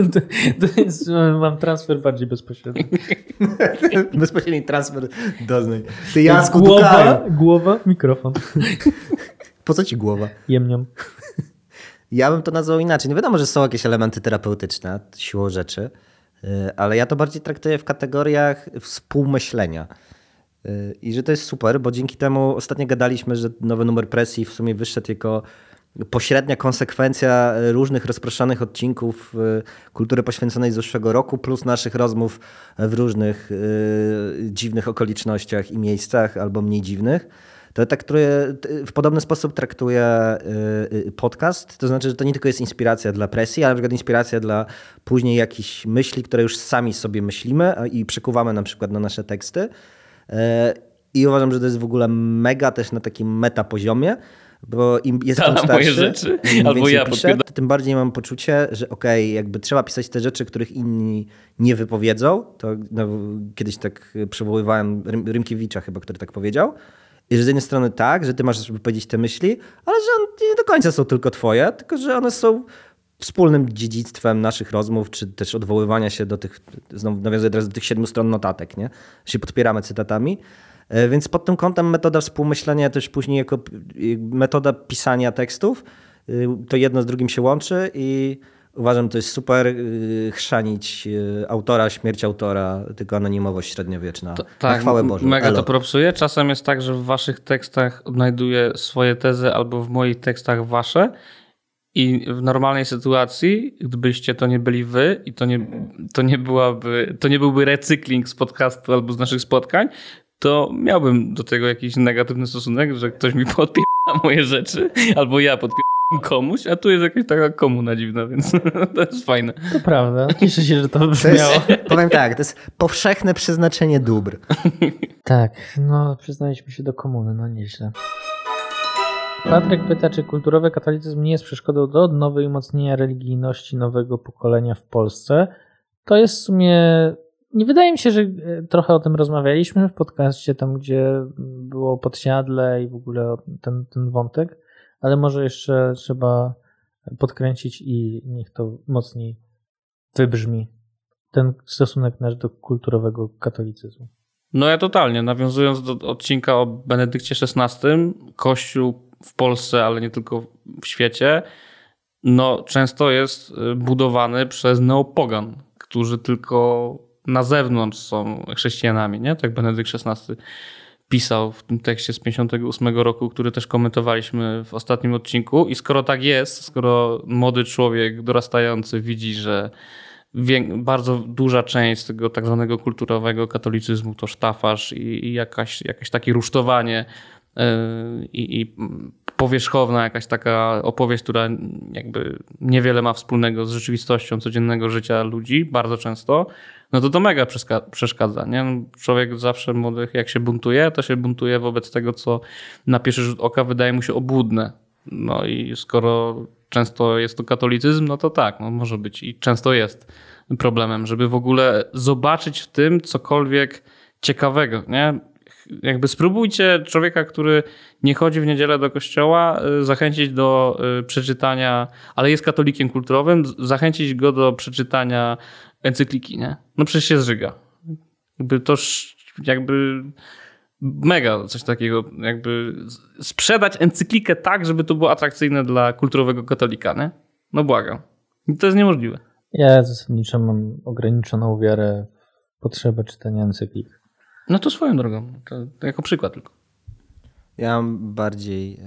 mam transfer bardziej bezpośredni. Bezpośredni transfer doznań. Ty głowa, mikrofon. Po co ci głowa? Jemniam. Ja bym to nazwał inaczej. No wiadomo, że są jakieś elementy terapeutyczne, siłą rzeczy, ale ja to bardziej traktuję w kategoriach współmyślenia. I że to jest super, bo dzięki temu ostatnio gadaliśmy, że nowy numer Presji w sumie wyszedł jako pośrednia konsekwencja różnych rozproszonych odcinków Kultury Poświęconej z zeszłego roku, plus naszych rozmów w różnych dziwnych okolicznościach i miejscach, albo mniej dziwnych. To tak w podobny sposób traktuję podcast. To znaczy, że to nie tylko jest inspiracja dla Presji, ale na przykład inspiracja dla później jakichś myśli, które już sami sobie myślimy i przekuwamy na przykład na nasze teksty. I uważam, że to jest w ogóle mega też na takim meta poziomie, bo im jestem starszy, moje rzeczy, albo ja piszę, tym bardziej mam poczucie, że jakby trzeba pisać te rzeczy, których inni nie wypowiedzą. To kiedyś tak przywoływałem Rymkiewicza chyba, który tak powiedział. I że z jednej strony tak, że ty masz wypowiedzieć te myśli, ale że one nie do końca są tylko twoje, tylko że one są wspólnym dziedzictwem naszych rozmów, czy też odwoływania się do tych, znowu nawiązuję teraz do tych 7 stron notatek, nie? Się podpieramy cytatami. Więc pod tym kątem metoda współmyślenia też później jako metoda pisania tekstów, to jedno z drugim się łączy i uważam, że to jest super chrzanić autora, śmierć autora, tylko anonimowość średniowieczna. Tak, na chwałę Bożą. Mega to propsuję. Czasem jest tak, że w waszych tekstach odnajduję swoje tezy albo w moich tekstach wasze i w normalnej sytuacji, gdybyście to nie byli wy i to nie byłby recykling z podcastu albo z naszych spotkań, to miałbym do tego jakiś negatywny stosunek, że ktoś mi podpiera moje rzeczy albo ja podpieram komuś, a tu jest jakaś taka komuna dziwna, więc to jest fajne. To prawda. Cieszę się, że to brzmiało. Powiem tak, to jest powszechne przeznaczenie dóbr. Tak, no przyznaliśmy się do komuny, no nieźle. Patryk pyta, czy kulturowy katolicyzm nie jest przeszkodą do odnowy i umocnienia religijności nowego pokolenia w Polsce. To jest w sumie... Nie wydaje mi się, że trochę o tym rozmawialiśmy w podcaście, tam gdzie było podsiadle i w ogóle ten wątek, ale może jeszcze trzeba podkręcić i niech to mocniej wybrzmi. Ten stosunek nasz do kulturowego katolicyzmu. No ja totalnie. Nawiązując do odcinka o Benedykcie XVI, Kościół w Polsce, ale nie tylko w świecie, no często jest budowany przez neopogan, którzy tylko na zewnątrz są chrześcijanami, nie? Tak Benedykt XVI pisał w tym tekście z 58 roku, który też komentowaliśmy w ostatnim odcinku. I skoro tak jest, skoro młody człowiek dorastający widzi, że bardzo duża część tego tak zwanego kulturowego katolicyzmu to sztafaż i jakieś takie rusztowanie i powierzchowna jakaś taka opowieść, która jakby niewiele ma wspólnego z rzeczywistością codziennego życia ludzi, bardzo często, no to mega przeszkadza. Nie? Człowiek zawsze młody, jak się buntuje, to się buntuje wobec tego, co na pierwszy rzut oka wydaje mu się obłudne. No i skoro często jest to katolicyzm, no to tak, no może być i często jest problemem, żeby w ogóle zobaczyć w tym cokolwiek ciekawego, nie? Jakby spróbujcie człowieka, który nie chodzi w niedzielę do kościoła, zachęcić do przeczytania, ale jest katolikiem kulturowym, zachęcić go do przeczytania encykliki, nie? No przecież się zżyga. Jakby mega coś takiego, jakby sprzedać encyklikę tak, żeby to było atrakcyjne dla kulturowego katolika, nie? No błagam. To jest niemożliwe. Ja zasadniczo mam ograniczoną wiarę w potrzebę czytania encyklik. No to swoją drogą. To jako przykład tylko. Ja mam bardziej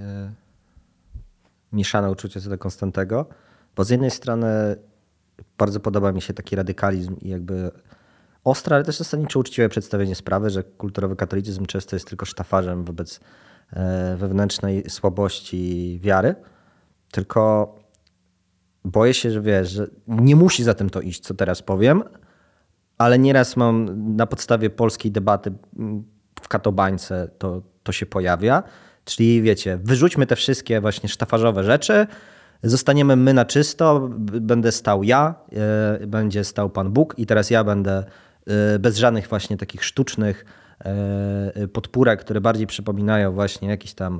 mieszane uczucie co do Konstantego, bo z jednej strony bardzo podoba mi się taki radykalizm i jakby ostre, ale też zasadniczo uczciwe przedstawienie sprawy, że kulturowy katolicyzm często jest tylko sztafarzem wobec wewnętrznej słabości wiary. Tylko boję się, że wiesz, że nie musi za tym to iść, co teraz powiem, ale nieraz mam na podstawie polskiej debaty w Katobańce to się pojawia. Czyli wiecie, wyrzućmy te wszystkie właśnie sztafarzowe rzeczy, zostaniemy my na czysto, będę stał ja, będzie stał Pan Bóg i teraz ja będę bez żadnych właśnie takich sztucznych podpórek, które bardziej przypominają właśnie jakiś tam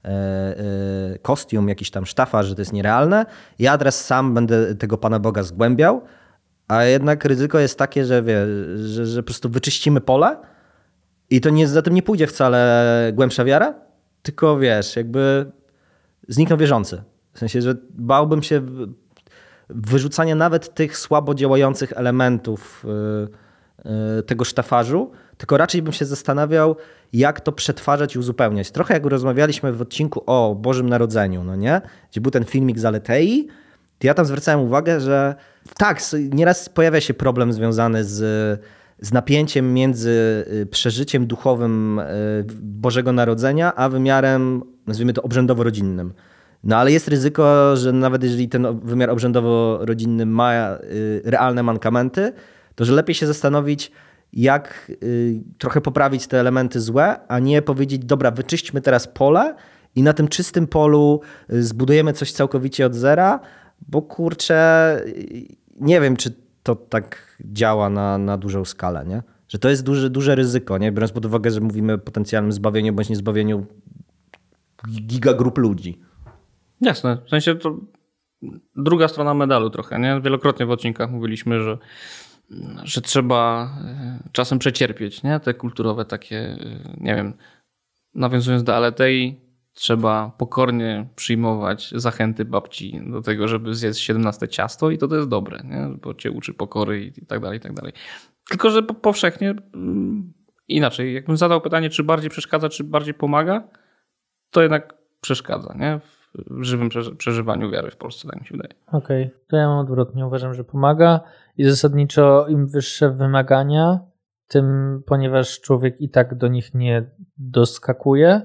kostium, jakiś tam sztafar, że to jest nierealne. Ja teraz sam będę tego Pana Boga zgłębiał, a jednak ryzyko jest takie, że że po prostu wyczyścimy pole i to za tym nie pójdzie wcale głębsza wiara, tylko wiesz, jakby znikną wierzący. W sensie, że bałbym się wyrzucania nawet tych słabo działających elementów tego sztafarzu, tylko raczej bym się zastanawiał, jak to przetwarzać i uzupełniać. Trochę jak rozmawialiśmy w odcinku o Bożym Narodzeniu, no nie? Gdzie był ten filmik z Aletei, to ja tam zwracałem uwagę, że tak, nieraz pojawia się problem związany z napięciem między przeżyciem duchowym Bożego Narodzenia, a wymiarem, nazwijmy to, obrzędowo-rodzinnym. No ale jest ryzyko, że nawet jeżeli ten wymiar obrzędowo-rodzinny ma realne mankamenty, to że lepiej się zastanowić, jak trochę poprawić te elementy złe, a nie powiedzieć, dobra, wyczyśćmy teraz pole i na tym czystym polu zbudujemy coś całkowicie od zera, bo kurczę, nie wiem, czy to tak działa na dużą skalę, nie? Że to jest duże ryzyko, nie? Biorąc pod uwagę, że mówimy o potencjalnym zbawieniu bądź niezbawieniu gigagrup ludzi. Jasne, w sensie to druga strona medalu trochę, nie? Wielokrotnie w odcinkach mówiliśmy, że trzeba czasem przecierpieć, nie? Te kulturowe takie, nie wiem, nawiązując do Aletei, trzeba pokornie przyjmować zachęty babci do tego, żeby zjeść 17 ciasto i to jest dobre, nie? Bo cię uczy pokory i tak dalej, i tak dalej. Tylko, że powszechnie inaczej. Jakbym zadał pytanie, czy bardziej przeszkadza, czy bardziej pomaga, to jednak przeszkadza, nie? W żywym przeżywaniu wiary w Polsce, tak mi się wydaje. Okej, to ja mam odwrotnie. Uważam, że pomaga i zasadniczo im wyższe wymagania, tym, ponieważ człowiek i tak do nich nie doskakuje,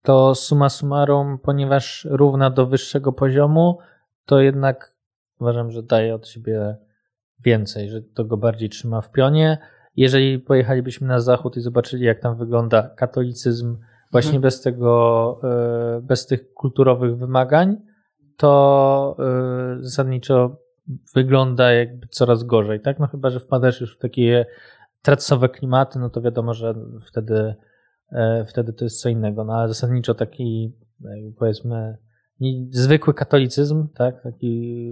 to summa summarum, ponieważ równa do wyższego poziomu, to jednak uważam, że daje od siebie więcej, że to go bardziej trzyma w pionie. Jeżeli pojechalibyśmy na zachód i zobaczyli, jak tam wygląda katolicyzm właśnie bez tych kulturowych wymagań, to zasadniczo wygląda jakby coraz gorzej, tak? No chyba, że wpadasz już w takie tracowe klimaty, no to wiadomo, że wtedy to jest co innego, no ale zasadniczo taki, powiedzmy, zwykły katolicyzm, tak? Taki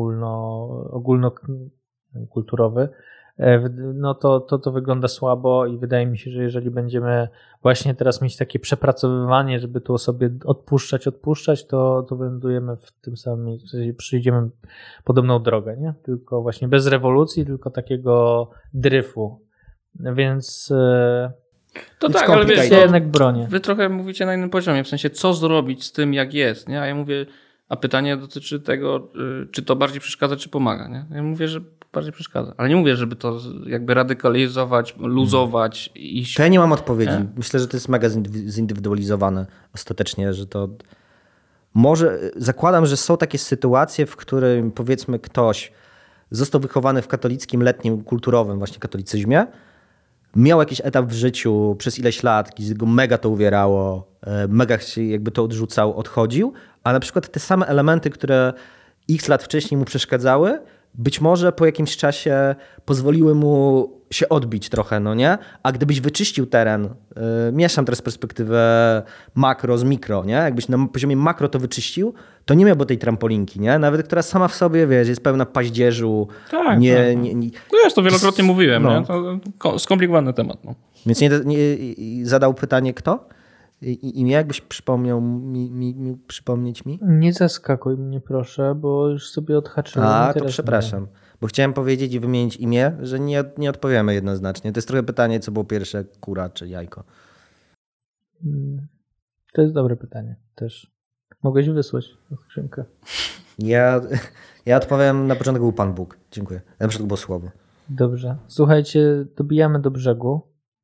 ogólnokulturowy, no to wygląda słabo i wydaje mi się, że jeżeli będziemy właśnie teraz mieć takie przepracowywanie, żeby tu sobie odpuszczać, to wylądujemy w tym samym, przyjdziemy podobną drogę, nie? Tylko właśnie bez rewolucji, tylko takiego dryfu. Więc to tak, ale wiesz, jednak bronię. Wy trochę mówicie na innym poziomie, w sensie co zrobić z tym, jak jest, nie? A ja mówię, a pytanie dotyczy tego, czy to bardziej przeszkadza, czy pomaga, nie? Ja mówię, że bardziej przeszkadza, ale nie mówię, żeby to jakby radykalizować, luzować. To ja nie mam odpowiedzi. Nie? Myślę, że to jest mega zindywidualizowane ostatecznie, że to może, zakładam, że są takie sytuacje, w którym powiedzmy ktoś został wychowany w katolickim, letnim, kulturowym właśnie katolicyzmie, miał jakiś etap w życiu przez ileś lat, gdzie go mega to uwierało, mega się jakby to odrzucał, odchodził, a na przykład te same elementy, które x lat wcześniej mu przeszkadzały, być może po jakimś czasie pozwoliły mu się odbić trochę, no nie? A gdybyś wyczyścił teren, mieszam teraz perspektywę makro z mikro, nie? Jakbyś na poziomie makro to wyczyścił, to nie miałby tej trampolinki, nie? Nawet która sama w sobie, wiesz, jest pełna paździerzu. Tak. No ja to wielokrotnie mówiłem, no. Nie? To skomplikowany temat. No. Więc nie zadał pytanie kto? Imię jakbyś przypomniał mi przypomnieć mi? Nie zaskakuj mnie proszę, bo już sobie odhaczyłem. To przepraszam. Bo chciałem powiedzieć i wymienić imię, że nie odpowiemy jednoznacznie. To jest trochę pytanie, co było pierwsze, kura czy jajko. To jest dobre pytanie też. Mogłeś wysłać skrzynkę. Ja odpowiem, na początku był Pan Bóg. Dziękuję. Na początku było słowo. Dobrze. Słuchajcie, dobijamy do brzegu.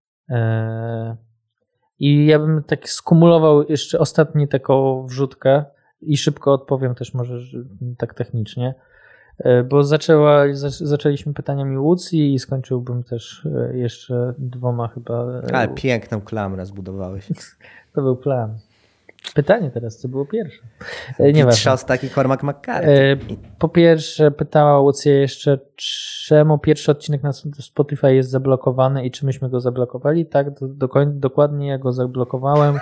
I ja bym tak skumulował jeszcze ostatni taką wrzutkę i szybko odpowiem też może tak technicznie, bo zaczęliśmy pytaniami Łucji i skończyłbym też jeszcze 2 chyba. Ale piękną klamrę zbudowałeś. To był plan. Pytanie teraz, co było pierwsze? Trzas taki Cormac McCarthy. Po pierwsze pytała Łucja jeszcze, czemu pierwszy odcinek na Spotify jest zablokowany i czy myśmy go zablokowali? Tak, dokładnie ja go zablokowałem,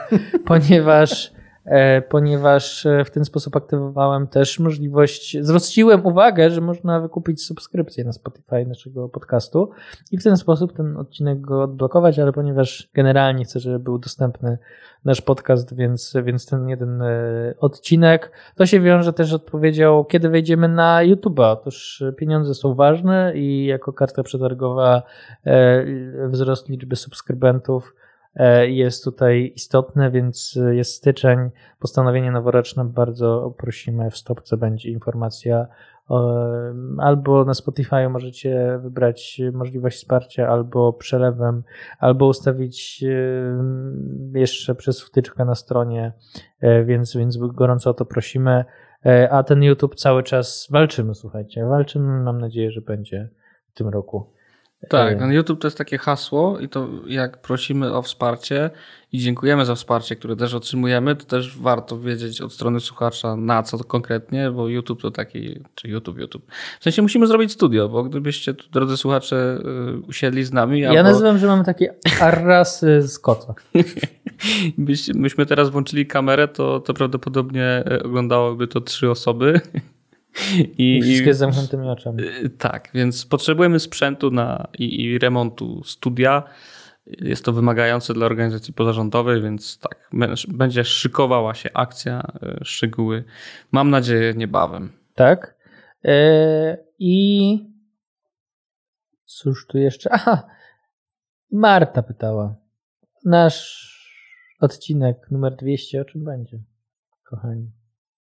ponieważ w ten sposób aktywowałem też możliwość, zwróciłem uwagę, że można wykupić subskrypcję na Spotify naszego podcastu i w ten sposób ten odcinek go odblokować, ale ponieważ generalnie chcę, żeby był dostępny nasz podcast, więc ten jeden odcinek, to się wiąże też z odpowiedzią, kiedy wejdziemy na YouTube'a. Otóż pieniądze są ważne i jako karta przetargowa wzrost liczby subskrybentów jest tutaj istotne, więc jest styczeń, postanowienie noworoczne, bardzo prosimy, w stopce będzie informacja, albo na Spotify możecie wybrać możliwość wsparcia, albo przelewem, albo ustawić jeszcze przez wtyczkę na stronie, więc gorąco o to prosimy, a ten YouTube cały czas walczymy, słuchajcie, mam nadzieję, że będzie w tym roku. Tak, ten YouTube to jest takie hasło i to jak prosimy o wsparcie i dziękujemy za wsparcie, które też otrzymujemy, to też warto wiedzieć od strony słuchacza na co to konkretnie, bo YouTube to taki, czy YouTube. W sensie musimy zrobić studio, bo gdybyście tu, drodzy słuchacze, usiedli z nami. Ja nazywam, że mamy takie arrasy z koca. Myśmy teraz włączyli kamerę, to prawdopodobnie oglądałoby to 3 osoby. I wszystkie z zamkniętymi oczami. Tak, więc potrzebujemy sprzętu i remontu studia. Jest to wymagające dla organizacji pozarządowej, więc tak, będzie szykowała się akcja, szczegóły. Mam nadzieję niebawem. Tak. I cóż tu jeszcze? Aha, Marta pytała. Nasz odcinek numer 200 o czym będzie, kochani?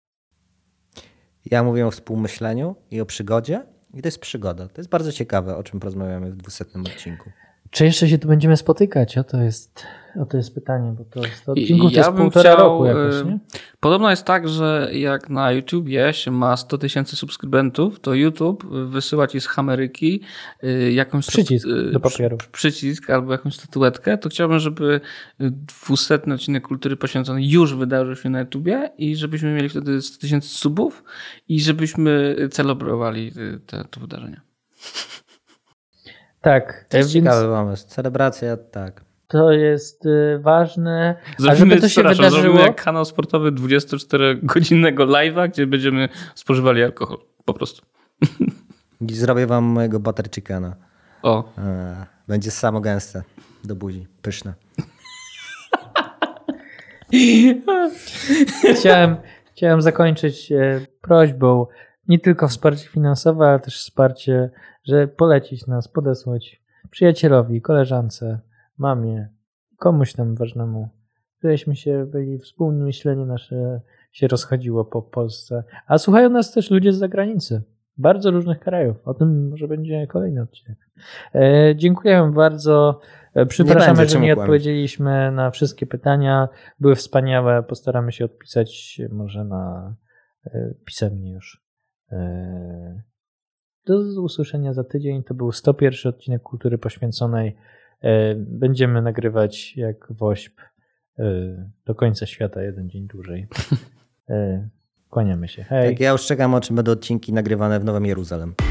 Ja mówię o współmyśleniu i o przygodzie. I to jest przygoda. To jest bardzo ciekawe, o czym porozmawiamy w 200 odcinku. Czy jeszcze się tu będziemy spotykać? Oto jest pytanie, bo to jest odcinków to jest 1,5 roku jakoś, nie? Podobno jest tak, że jak na YouTubie się ma 100 000 subskrybentów, to YouTube wysyła ci z Ameryki jakąś przycisk do papieru. Przycisk albo jakąś statuetkę. To chciałbym, żeby 200 odcinek Kultury Poświęconej już wydarzył się na YouTubie i żebyśmy mieli wtedy 100 000 subów i żebyśmy celebrowali to wydarzenie. Tak. To jest ciekawy pomysł. Celebracja, tak. To jest ważne. A żeby to się wydarzyło... Zrobimy kanał sportowy 24-godzinnego live'a, gdzie będziemy spożywali alkohol. Po prostu. I zrobię wam mojego butter chickena. O. Będzie samo gęste do buzi. Pyszne. Chciałem zakończyć prośbą nie tylko wsparcie finansowe, ale też wsparcie, że polecić nas, podesłać przyjacielowi, koleżance, mamie, komuś tam ważnemu, żebyśmy się byli, współmyślenie nasze się rozchodziło po Polsce. A słuchają nas też ludzie z zagranicy, bardzo różnych krajów. O tym może będzie kolejny odcinek. Dziękuję bardzo. Przepraszamy, że nie odpowiedzieliśmy na wszystkie pytania. Były wspaniałe. Postaramy się odpisać może na pisemnie już. Do usłyszenia za tydzień. To był 101 odcinek Kultury Poświęconej. Będziemy nagrywać jak WOŚP do końca świata, jeden dzień dłużej. Kłaniamy się. Hej. Tak, ja już czekam, o czym będą odcinki nagrywane w Nowym Jeruzalem.